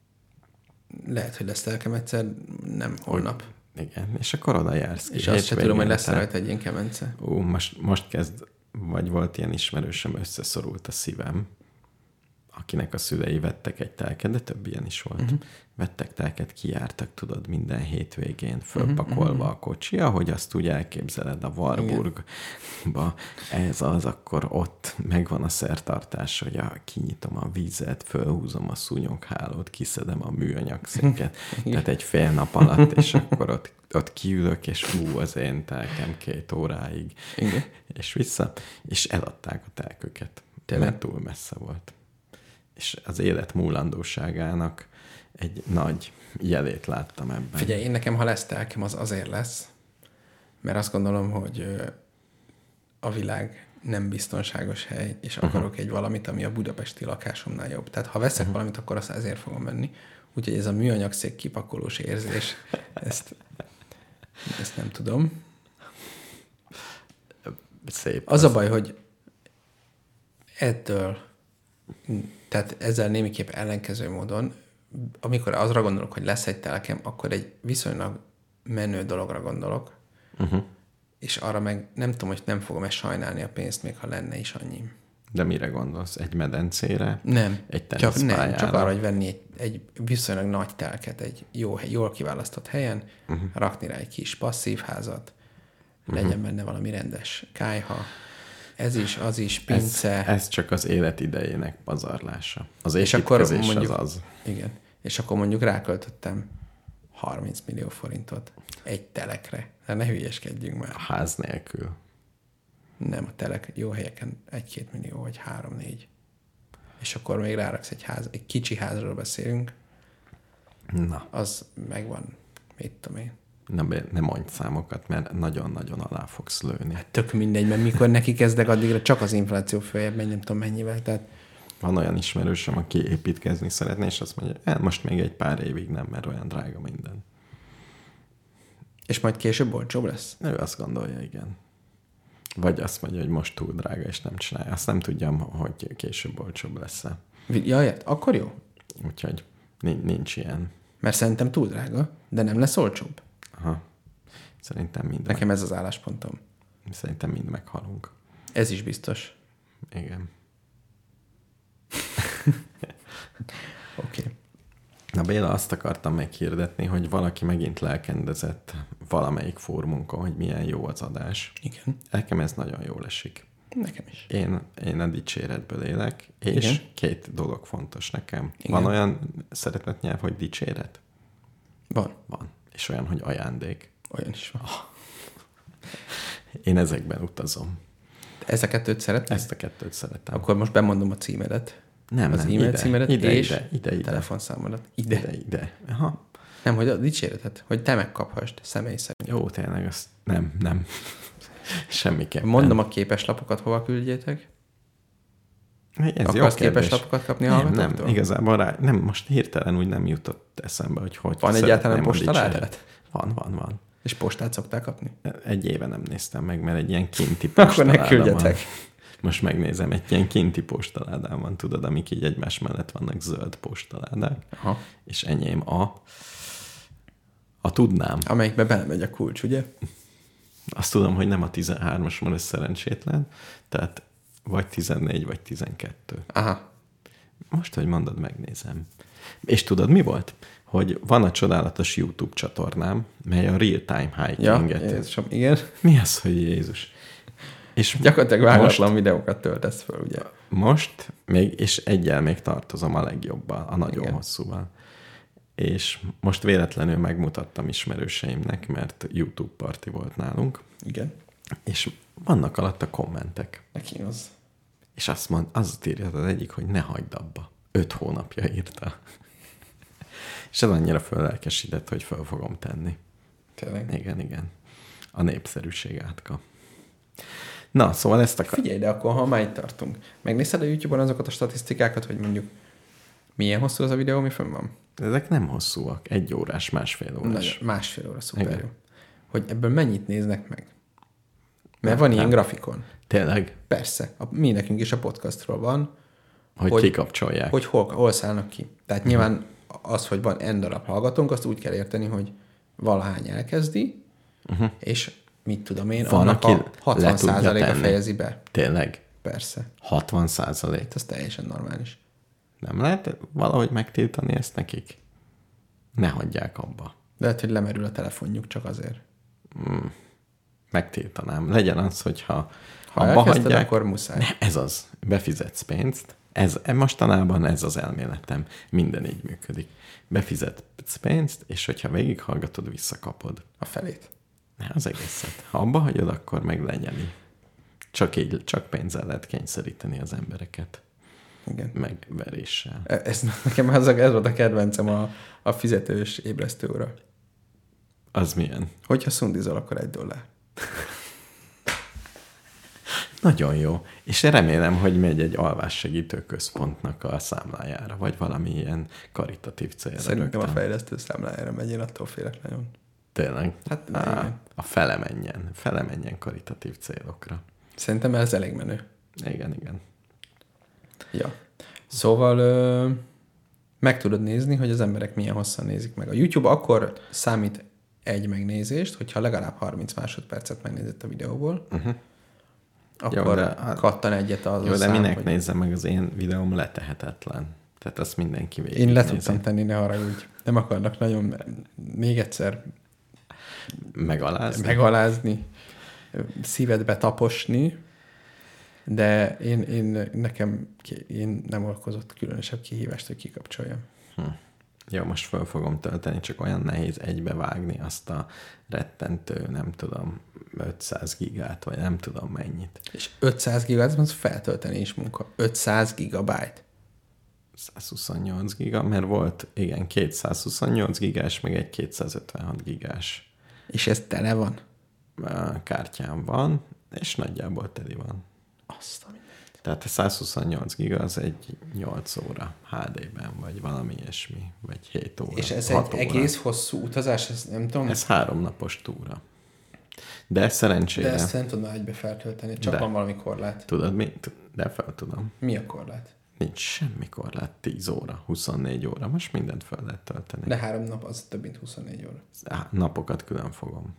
lehet, hogy lesz telkem egyszer, nem holnap. Hogy, igen, és akkor oda jársz ki. És azt sem tudom, hogy lesz rajta egy ilyen kemence. Ú, most, most kezd, vagy volt ilyen ismerősöm, összeszorult a szívem, akinek a szülei vettek egy telket, de több ilyen is volt. Uh-huh. Vettek telket, kijártak, tudod, minden hétvégén fölpakolva uh-huh. a kocsi, ahogy azt úgy elképzeled a Warburgba. Ez az, akkor ott megvan a szertartás, hogy a, kinyitom a vizet, fölhúzom a szúnyoghálót, kiszedem a műanyagszéket, tehát egy fél nap alatt, és akkor ott, ott kiülök, és ú, az én telkem két óráig. Igen. És vissza, és eladták a telköket. Tényleg túl messze volt. És az élet múlandóságának egy nagy jelét láttam ebben. Figyelj, én nekem, ha lesz telkem, az azért lesz, mert azt gondolom, hogy a világ nem biztonságos hely, és uh-huh. akarok egy valamit, ami a budapesti lakásomnál jobb. Tehát ha veszek uh-huh. valamit, akkor azt ezért fogom venni. Úgyhogy ez a műanyagszék kipakolós érzés, ezt, ezt nem tudom. Szép. Az, az a baj, hogy ettől, tehát ezzel némiképp ellenkező módon, amikor azra gondolok, hogy lesz egy telkem, akkor egy viszonylag menő dologra gondolok, uh-huh. és arra meg nem tudom, hogy nem fogom-e sajnálni a pénzt, még ha lenne is annyi. De mire gondolsz? Egy medencére? Nem. Egy csak, teniszpályára? nem, csak arra, hogy venni egy, egy viszonylag nagy telket egy jó, jól kiválasztott helyen, uh-huh. rakni rá egy kis passzív házat, uh-huh. legyen benne valami rendes kályha, ez is, az is, pince. Ez, ez csak az élet idejének pazarlása. Az és akkor mondjuk, az az. Igen. És akkor mondjuk ráköltöttem harminc millió forintot egy telekre. De ne hülyeskedjünk már. A ház nélkül. Nem, a telek jó helyeken egy-két millió, vagy három-négy. És akkor még ráraksz egy ház, egy kicsi házról beszélünk. Na. Az megvan, mit tudom én. Nem, nem mondj számokat, mert nagyon-nagyon alá fogsz lőni. Hát tök mindegy, mert mikor neki kezdek, addigra csak az infláció följebb megy, nem tudom mennyivel. Tehát... Van olyan ismerősöm, aki építkezni szeretne, és azt mondja, eh, most még egy pár évig nem, mert olyan drága minden. És majd később olcsóbb lesz? Ő azt gondolja, igen. Vagy azt mondja, hogy most túl drága, és nem csinálja. Azt nem tudjam, hogy később olcsóbb lesz-e. Jaj, akkor jó. Úgyhogy nincs, nincs ilyen. Mert szerintem túl drága, de nem lesz olcsóbb. Aha. Szerintem mind Nekem meg... ez az álláspontom. Szerintem mind meghalunk. Ez is biztos. Igen. Oké. Okay. Na Béla, azt akartam meghirdetni, hogy valaki megint lelkendezett valamelyik fórumunkon, hogy milyen jó az adás. Igen. Nekem ez nagyon jól esik. Nekem is. Én, én a dicséretből élek, és Igen. két dolog fontos nekem. Igen. Van olyan szeretetnyelv, hogy dicséret? Van. Van. És olyan, hogy ajándék. Olyan is van. Oh. Én ezekben utazom. Ezt a kettőt szeretem? Ezt a kettőt szeretem. Akkor most bemondom a címedet. Nem, az nem, e-mail ide, címedet ide, és ide, ide, ide. telefonszámodat. Ide. Ide, ide. Aha. Nem, hogy a dicséretet, hogy te megkaphast személy szerint. Jó, tényleg, azt nem, nem. Semmiképpen. Mondom a képeslapokat, hova küldjétek? Ez Akarsz képeslapokat kapni a nem, nem, igazából rá, nem, most hirtelen úgy nem jutott eszembe, hogy hogy van egyáltalán postaládat? Van, van, van. És postát szoktál kapni? Egy éve nem néztem meg, mert egy ilyen kinti postaládám. Akkor ne küldjetek. Most megnézem, egy ilyen kinti postaládám van, tudod, amik így egymás mellett vannak zöld postaládák. Aha. És enyém a a tudnám. Amelyikbe belemegy a kulcs, ugye? Azt tudom, hogy nem a tizenhármas, mert ez szerencsétlen, tehát vagy tizennégy, vagy tizenkettő. Aha. Most, hogy mondod, megnézem. És tudod, mi volt? Hogy van a csodálatos YouTube csatornám, mely a real-time hiking-et. Ja, Jézusom, igen. Mi az, hogy Jézus? És gyakorlatilag vágatlan videókat töltesz fel, ugye? Most, még, és egyel még tartozom a legjobbal, a nagyon igen. hosszúval. És most véletlenül megmutattam ismerőseimnek, mert YouTube parti volt nálunk. Igen. És vannak alatt a kommentek. Neki az. És azt mond, azt írja az egyik, hogy ne hagyd abba. Öt hónapja írta. És ez annyira föllelkesített, hogy föl fogom tenni. Tényleg? Igen, igen. A népszerűség átka. Na, szóval ezt akar... Figyelj, de akkor ha már itt tartunk. Megnézted a YouTube-on azokat a statisztikákat, hogy mondjuk milyen hosszú az a videó, ami fönn van? Ezek nem hosszúak. Egy órás, másfél órás. Nagyon, másfél óra, szuper igen. Jó. Hogy ebből mennyit néznek meg? Mert van nem. ilyen grafikon. Tényleg? Persze. A, mi nekünk is a podcastról van. Hogy, hogy kikapcsolják. Hogy hol, hol szállnak ki. Tehát uh-huh. nyilván az, hogy van n darab hallgatónk, azt úgy kell érteni, hogy valahány elkezdi, uh-huh. és mit tudom én, van, annak a hatvan százaléka fejezi be. Tényleg? Persze. hatvan százalék? Ez teljesen normális. Nem lehet valahogy megtiltani ezt nekik? Ne hagyják abba. Lehet, hogy lemerül a telefonjuk csak azért. Mm. Megtiltanám. Legyen az, hogyha ha abba hagyják, akkor muszáj. Ne, ez az. Befizetsz pénzt. Ez, mostanában ez az elméletem. Minden így működik. Befizetsz pénzt, és hogyha végighallgatod, visszakapod. A felét. Ne, az egészet. Ha abba hagyod, akkor meg legyen. Csak így, csak pénzzel lehet kényszeríteni az embereket. Igen. Megveréssel. Ez, nekem az, ez volt a kedvencem a, a fizetős ébresztőóra. Az milyen? Hogyha szundizol, akkor egy dollár. Nagyon jó. És remélem, hogy megy egy alvássegítő központnak a számlájára, vagy valami ilyen karitatív célra. Szerintem rögtön. A fejlesztő számlájára megy, én attól félek nagyon. Tényleg? Hát Á, a fele menjen. Fele menjen karitatív célokra. Szerintem ez elég menő. Igen, igen. Ja. Szóval ö, meg tudod nézni, hogy az emberek milyen hosszan nézik meg. A YouTube akkor számít egy megnézést, hogyha legalább harminc másodpercet megnézett a videóból, uh-huh. akkor jó, de, kattan egyet az jó, a de szám, minek hogy... nézzem meg, az én videóm letehetetlen. Tehát azt mindenki végig Én le nézi. tudtam tenni, ne arra úgy. Nem akarnak nagyon még egyszer megalázni, megalázni szívedbe taposni, de én, én nekem én nem okozott különösebb kihívást, hogy kikapcsoljam. Hm. Jó, most fel fogom tölteni, csak olyan nehéz egybevágni azt a rettentő, nem tudom, ötszáz gigát, vagy nem tudom mennyit. És ötszáz gigát, az feltölteni is munka. ötszáz gigabyte. százhuszonnyolc giga, mert volt, igen, kétszázhuszonnyolc gigás, meg egy kétszázötvenhat gigás. És ez tele van? Kártyám van, és nagyjából teli van. Azt a mindent. Tehát a százhuszonnyolc giga az egy nyolc óra há dé-ben, vagy valami ilyesmi, vagy hét óra. És ez egy óra. Egész hosszú utazás, ez nem tudom. Ez három napos túra. De szerencsére... De ezt nem tudná egybe feltölteni, csak de, van valami korlát. Tudod mi? De fel tudom. Mi a korlát? Nincs semmi korlát. tíz óra, huszonnégy óra. Most mindent fel lehet tölteni. De három nap az több, mint huszonnégy óra. Napokat külön fogom.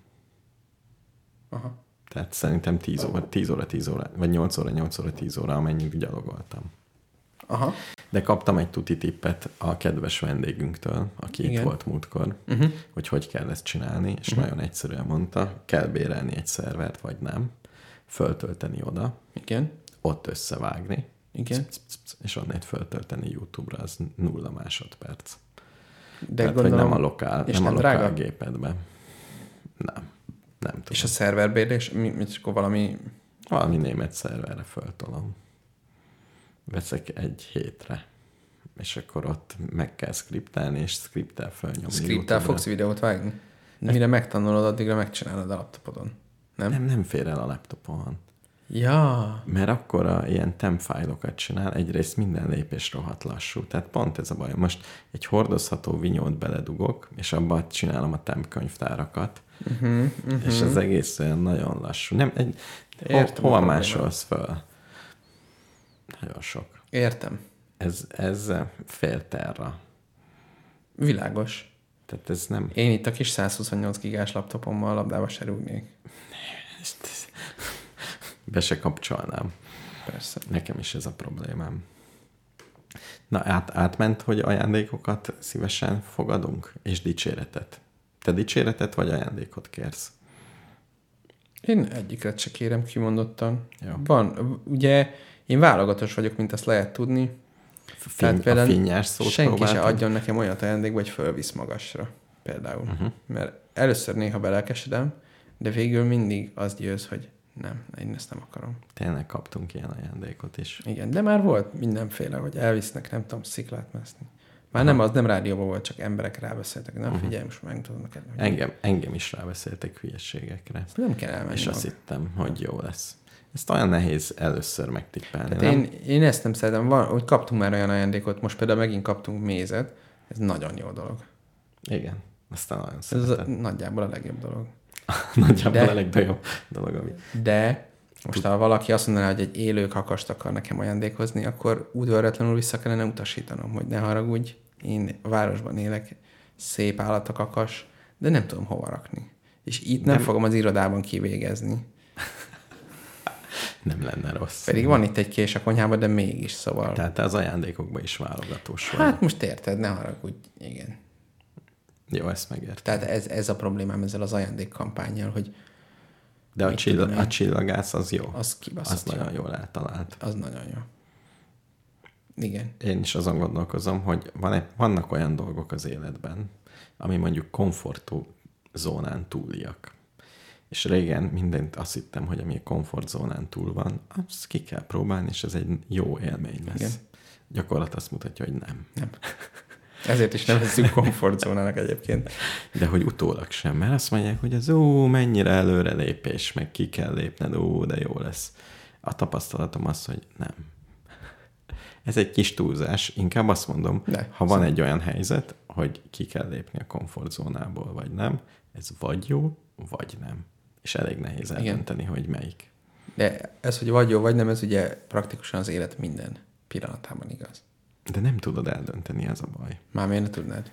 Aha. Tehát szerintem tíz óra, tíz óra, tíz óra, vagy nyolc óra, nyolc óra, tíz óra, amennyit gyalogoltam. Aha. De kaptam egy tuti tippet a kedves vendégünktől, aki Igen. itt volt múltkor, uh-huh. hogy hogy kell ezt csinálni, és uh-huh. nagyon egyszerűen mondta, kell bérelni egy szervert, vagy nem, föltölteni oda, Igen. ott összevágni, Igen. Sz, sz, sz, és onnét föltölteni YouTube-ra, az nulla másodperc. De Tehát, gondolom, hogy nem a lokál, nem nem a lokál gépedben. Nem. Nem tudom. És a szerverbérlés, mi, mi akkor valami... Valami német szerverre föltolom. Veszek egy hétre. És akkor ott meg kell skriptelni, és skriptel fölnyomni. Skriptel fogsz videót vágni? Mire megtanulod, addigra megcsinálod a laptopodon. Nem? Nem, nem fér el a laptopon. Ja. Mert akkor a ilyen temp fájlokat csinál, egyrészt minden lépés rohadt lassú. Tehát pont ez a baj. Most egy hordozható vinyót beledugok, és abban csinálom a temp könyvtárakat. Uh-huh, uh-huh. És az egész olyan nagyon lassú. Nem, egy, Értem, hova másolsz föl? Nagyon sok. Értem. Ez, ez fél terra. Világos. Tehát ez nem... Én itt a kis százhuszonnyolc gigás laptopommal labdába se rúgnék. Be se kapcsolnám. Persze. Nekem is ez a problémám. Na, át, átment, hogy ajándékokat szívesen fogadunk, és dicséretet. Te dicséretet vagy ajándékot kérsz? Én egyiket se kérem kimondottan. Jó. Van, ugye én válogatos vagyok, mint azt lehet tudni. Fény, a finnyás szót senki próbáltam. se adjon nekem olyat ajándékba, hogy fölvisz magasra. Például. Uh-huh. Mert először néha belelkesedem, de végül mindig az győz, hogy nem, én ezt nem akarom. Tényleg kaptunk ilyen ajándékot is. Igen, de már volt mindenféle, hogy elvisznek, nem tudom, sziklát mászni. Már Aha. nem az, nem rádióban volt, csak emberek rábeszéltek. Nem, uh-huh. figyelj, most meg tudom neked. Engem, engem is rábeszéltek hülyeségekre. Nem kell elmenni. És azt hittem, hogy jó lesz. Ezt olyan nehéz először megtippelni, nem? Én, én ezt nem szeretem. Van, hogy kaptunk már olyan ajándékot, most például megint kaptunk mézet. Ez nagyon jó dolog. Igen, aztán nagyon Ez szeretem. a, nagyjából a legjobb dolog. Nagyjából de, a legjobb dolog, ami... De most ha valaki azt mondaná, hogy egy élő kakast akar nekem ajándékozni, akkor udvariatlanul vissza kellene utasítanom, hogy ne haragudj, én a városban élek, szép állat a kakas, de nem tudom hova rakni. És itt nem, nem fogom az irodában kivégezni. Nem lenne rossz. Pedig van itt egy kés a konyhában, de mégis, szóval... Tehát te az ajándékokban is válogatós vagy. Hát most érted, ne haragudj, igen. Jó, ezt megértem. Tehát ez, ez a problémám ezzel az ajándékkampánnyal, hogy... De a, csillag, a csillagász az jó. Az kibaszott. Az nagyon jól eltalált. Az nagyon jó. Igen. Én is azon gondolkozom, hogy van, vannak olyan dolgok az életben, ami mondjuk komfortzónán túliak. És régen mindent azt hittem, hogy ami a komfortzónán túl van, azt ki kell próbálni, és ez egy jó élmény lesz. Igen. Gyakorlat azt mutatja, hogy nem. Nem. Ezért is nevezzük komfortzónának egyébként. De hogy utólag sem, mert azt mondják, hogy az ó, mennyire előrelépés, meg ki kell lépned, ó, de jó lesz. A tapasztalatom az, hogy nem. Ez egy kis túlzás, inkább azt mondom, de, ha van egy olyan helyzet, hogy ki kell lépni a komfortzónából, vagy nem, ez vagy jó, vagy nem. És elég nehéz eldönteni, hogy melyik. De ez, hogy vagy jó, vagy nem, ez ugye praktikusan az élet minden pillanatában igaz. De nem tudod eldönteni, ez a baj. Már miért ne tudnád?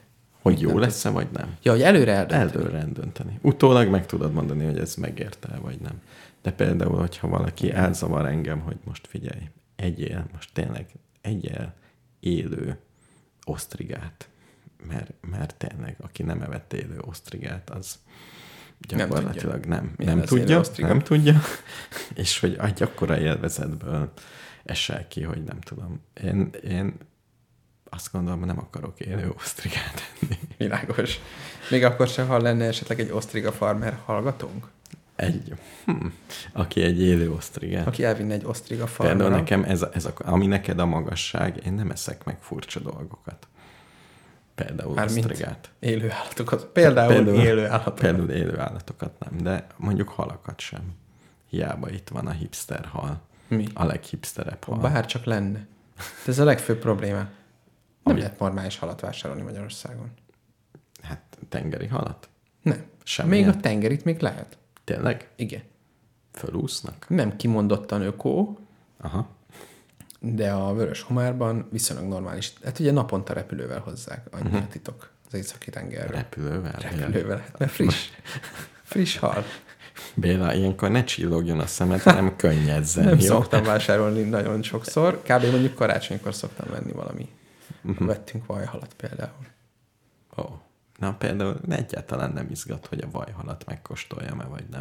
Hogy jó lesz-e, vagy nem. Ja, hogy előre eldönteni. Előre eldönteni. Utólag meg tudod mondani, hogy ez megérte, vagy nem. De például, hogyha valaki elzavar engem, hogy most figyelj, egyél, most tényleg egyél élő osztrigát. Mert, mert tényleg, aki nem evett élő osztrigát, az gyakorlatilag nem, nem, nem tudja, nem tudja, és hogy adj akkora élvezetből esel ki, hogy nem tudom. Én, én azt gondolom, nem akarok élő osztrigát enni. Világos. Még akkor sem, ha lenne esetleg egy osztriga farmer hallgatónk? Egy, hm, aki egy élő osztrigát. Aki elvinne egy osztriga farmerra. Például nekem, ez, ez a, ami neked a magasság, én nem eszek meg furcsa dolgokat. Például Már osztrigát. Élő állatokat. Például, például élő állatokat. Például élő állatokat nem, de mondjuk halakat sem. Hiába itt van a hipster hal. Mi? A leghipsterebb hal. Bár csak lenne. De ez a legfőbb probléma. Nem Ami... lehet normális halat vásárolni Magyarországon. Hát tengeri halat? Nem. Semmilyen. Még a tengerit még lehet. Tényleg? Igen. Fölúsznak? Nem kimondottan ökó, Aha. de a vörös homárban viszonylag normális. Hát ugye naponta repülővel hozzák, annyi uh-huh. a titok az északi tengerről. Repülővel? Repülővel, hát, mert friss. Friss hal. Béla, ilyenkor ne csillogjon a szemed, hanem könnyedzen. Nem jó? szoktam vásárolni nagyon sokszor. Kb. Mondjuk karácsonykor szoktam venni valami. Uh-huh. Vettünk vajhalat például. Ó. Oh. Na például egyáltalán nem izgat, hogy a vajhalat megkóstoljam-e, vagy nem.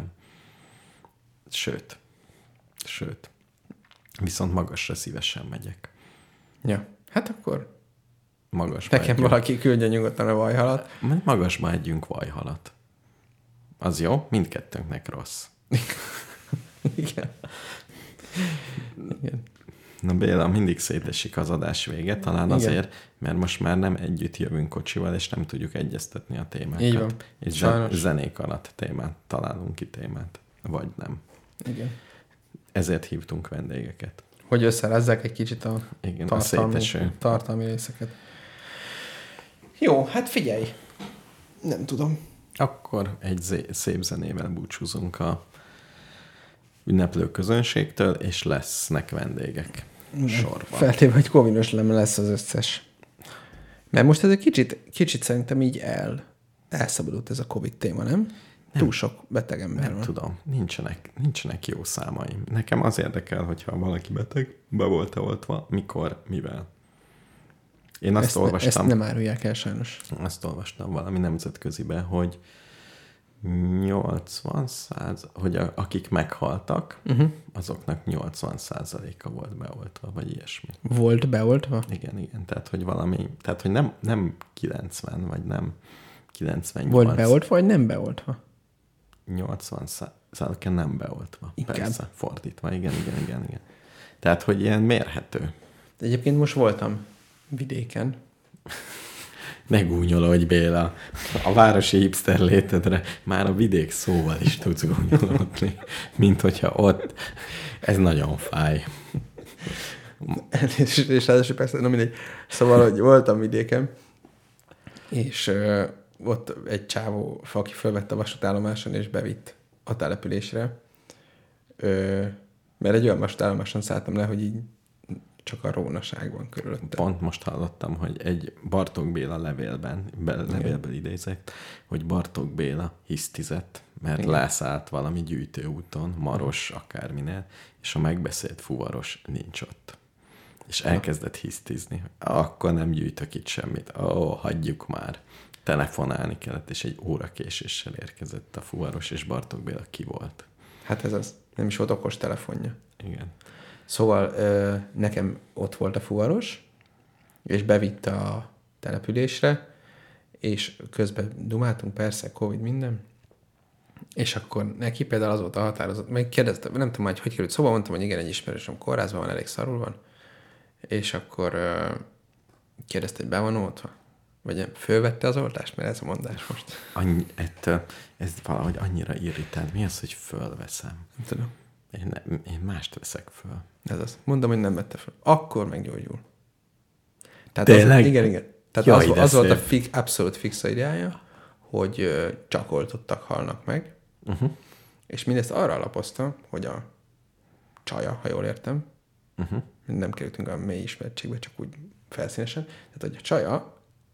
Sőt. Sőt. Viszont magasra szívesen megyek. Ja, hát akkor magasba nekem együnk. Valaki küldje nyugodtan a vajhalat. Magasba együnk vajhalat. Az jó? Mindkettőnknek rossz. Igen. Igen. Na Béla, mindig szétesik az adás vége, talán igen. Azért, mert most már nem együtt jövünk kocsival, és nem tudjuk egyeztetni a témákat. Így van. És Sajnos. zenék alatt témát, találunk ki témát. Vagy nem. Igen. Ezért hívtunk vendégeket. Hogy összerezzek egy kicsit a, igen, tartalmi, a széteső. tartalmi részeket. Jó, hát figyelj. Nem tudom. Akkor egy zé- szép zenével búcsúzunk a ünneplő közönségtől, és lesznek vendégek sorban. Feltéve, hogy kovinos lem lesz az összes. Mert most ez egy kicsit, kicsit szerintem így el, elszabadult ez a Covid téma, nem? nem. Túl sok beteg ember nem van. tudom, nincsenek, nincsenek jó számaim. Nekem az érdekel, hogyha valaki beteg, be volt-e oltva, mikor, mivel. Én azt ezt, olvastam... Ezt nem árulják el sajnos. Azt olvastam valami nemzetközibe, hogy nyolcvan százalék, hogy a, akik meghaltak, uh-huh. azoknak nyolcvan százaléka volt beoltva, vagy ilyesmi. Volt beoltva? Igen, igen. Tehát, hogy valami, tehát, hogy nem, nem kilencven, vagy nem kilencvennyolc. Volt beoltva, vagy nem beoltva? nyolcvan százaléka nem beoltva. Inkább. Persze, fordítva. Igen, igen, igen, igen. Tehát, hogy ilyen mérhető. De egyébként most voltam vidéken. Ne gúnyolódj, Béla. A városi hipster létedre már a vidék szóval is tudsz gúnyolódni, mint hogyha ott. Ez nagyon fáj. és, és ráadásul persze, na mindegy. Szóval, hogy voltam vidéken, és ö, ott egy csávó, aki fölvette a vasútállomáson, és bevitt a településre. Ö, mert egy olyan vasútállomáson szálltam le, hogy így csak a rónaság van körülöttem. Pont most hallottam, hogy egy Bartók Béla levélben, be, levélből idézett, hogy Bartók Béla hisztizett, mert igen. leszállt valami gyűjtőúton, Maros, akárminél, és a megbeszélt fuvaros nincs ott. És elkezdett hisztizni. Akkor nem gyűjtök itt semmit. Ó, hagyjuk már. Telefonálni kellett, és egy óra késéssel érkezett a fuvaros, és Bartók Béla ki volt. Hát ez az. Nem is volt okos telefonja. Igen. Szóval ö, nekem ott volt a fuvaros, és bevitte a településre, és közben dumáltunk, persze, Covid minden, és akkor neki például az volt a határozott, meg kérdezte, nem tudom, hogy hogy került szóba, mondtam, hogy igen, egy ismerősöm kórházban van, elég szarul van, és akkor ö, kérdezte, hogy be van oltva? Vagy fölvette az oltást? Mert ez a mondás most. Annyi, ettől, ez valahogy annyira irritált. Mi az, hogy fölveszem? Nem tudom. Én, ne, én mást veszek föl. Ez az. Mondom, hogy nem vette föl. Akkor meggyógyul. Tehát Tényleg? Az, igen, igen. Tehát Jaj, az, az volt a fix, abszolút fix ideája, hogy ö, csak oltottak halnak meg, uh-huh. és mindezt arra alapozta, hogy a csaja, ha jól értem, uh-huh. nem kerültünk a mély ismertségbe, csak úgy felszínesen, tehát hogy a csaja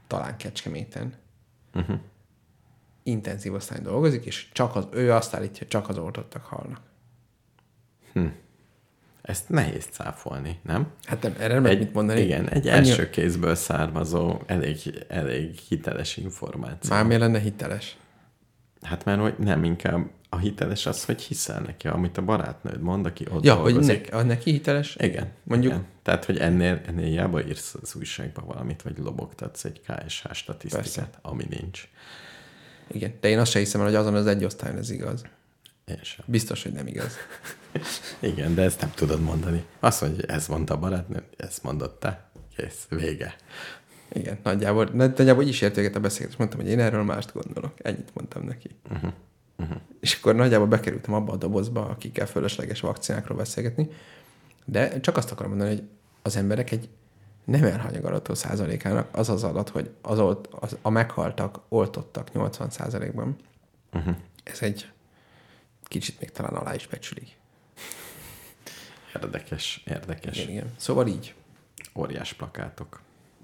talán Kecskeméten. Uh-huh. Intenzív osztályon dolgozik, és csak az, ő azt állítja, hogy csak az oltottak halnak. Hm. Ezt nehéz cáfolni, nem? Hát nem, erre nem lehet mit mondani. Igen, egy Annyi... első kézből származó, elég, elég hiteles információ. Már miért lenne hiteles? Hát mert hogy nem, inkább a hiteles az, hogy hiszel neki, amit a barátnőd mond, aki ott Ja, dolgozik. hogy ne, neki hiteles? Igen. Mondjuk... Igen. Tehát, hogy ennél, ennél jába írsz az újságba valamit, vagy lobogtatsz egy ká es há statisztikát, persze, ami nincs. Igen, de én azt sem hiszem el, hogy azon az egy osztályon ez igaz. Én sem. Biztos, hogy nem igaz. Igen, de ezt nem tudod mondani. Azt mondja, hogy ezt mondta a barátnő, ezt mondott te. Kész, vége. Igen, nagyjából, nagyjából így is értőket a beszélgetést. Mondtam, hogy én erről mást gondolok. Ennyit mondtam neki. Uh-huh. Uh-huh. És akkor nagyjából bekerültem abba a dobozba, akikkel fölösleges vakcinákról beszélgetni. De csak azt akarom mondani, hogy az emberek egy nem elhanyagolató százalékának az az adat, hogy az, olt, az a meghaltak, oltottak nyolcvan százalékban. Uh-huh. Ez egy kicsit még talán alá is becsülik. Érdekes, érdekes. Igen, igen. Szóval így. Óriás plakátok.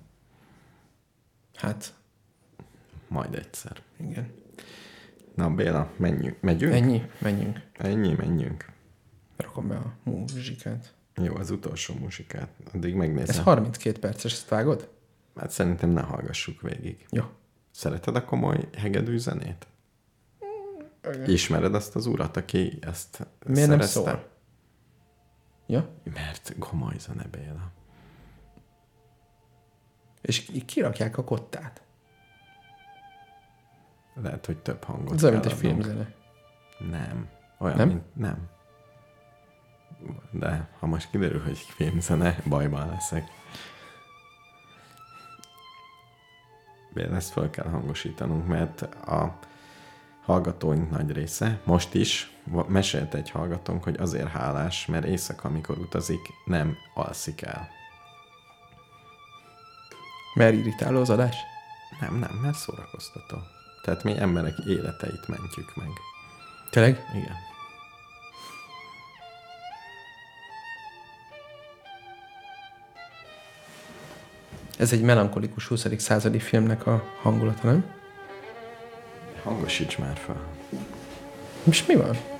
Hát. Majd egyszer. Igen. Na Béla, menjünk. Megyünk? Ennyi, menjünk. Ennyi, menjünk. Rakom be a muzsikát. Jó, az utolsó muzsikát. Addig megnézem. Ez harminckét perces, ezt vágod? Hát szerintem ne hallgassuk végig. Jó. Szereted a komoly hegedű zenét? Mm, Ismered azt az urat, aki ezt miért szerezte? nem szól? Ja? Mert komoly zene, Béla. És kirakják a kottát. Lehet, hogy több hangot Ez olyan, mint egy adnunk. filmzene. Nem. Olyan, nem? Mint, nem. De ha most kiderül, hogy filmzene, bajban leszek. Béla, ezt fel kell hangosítanunk, mert a hallgatóink nagy része, most is mesélt egy hallgatónk, hogy azért hálás, mert éjszaka, amikor utazik, nem alszik el. Mert irritáló az adás? Nem, nem, mert szórakoztató. Tehát mi emberek életeit mentjük meg. Tényleg? Igen. Ez egy melankolikus huszadik századi filmnek a hangulata, nem? Hangosíts már fel. És mi van?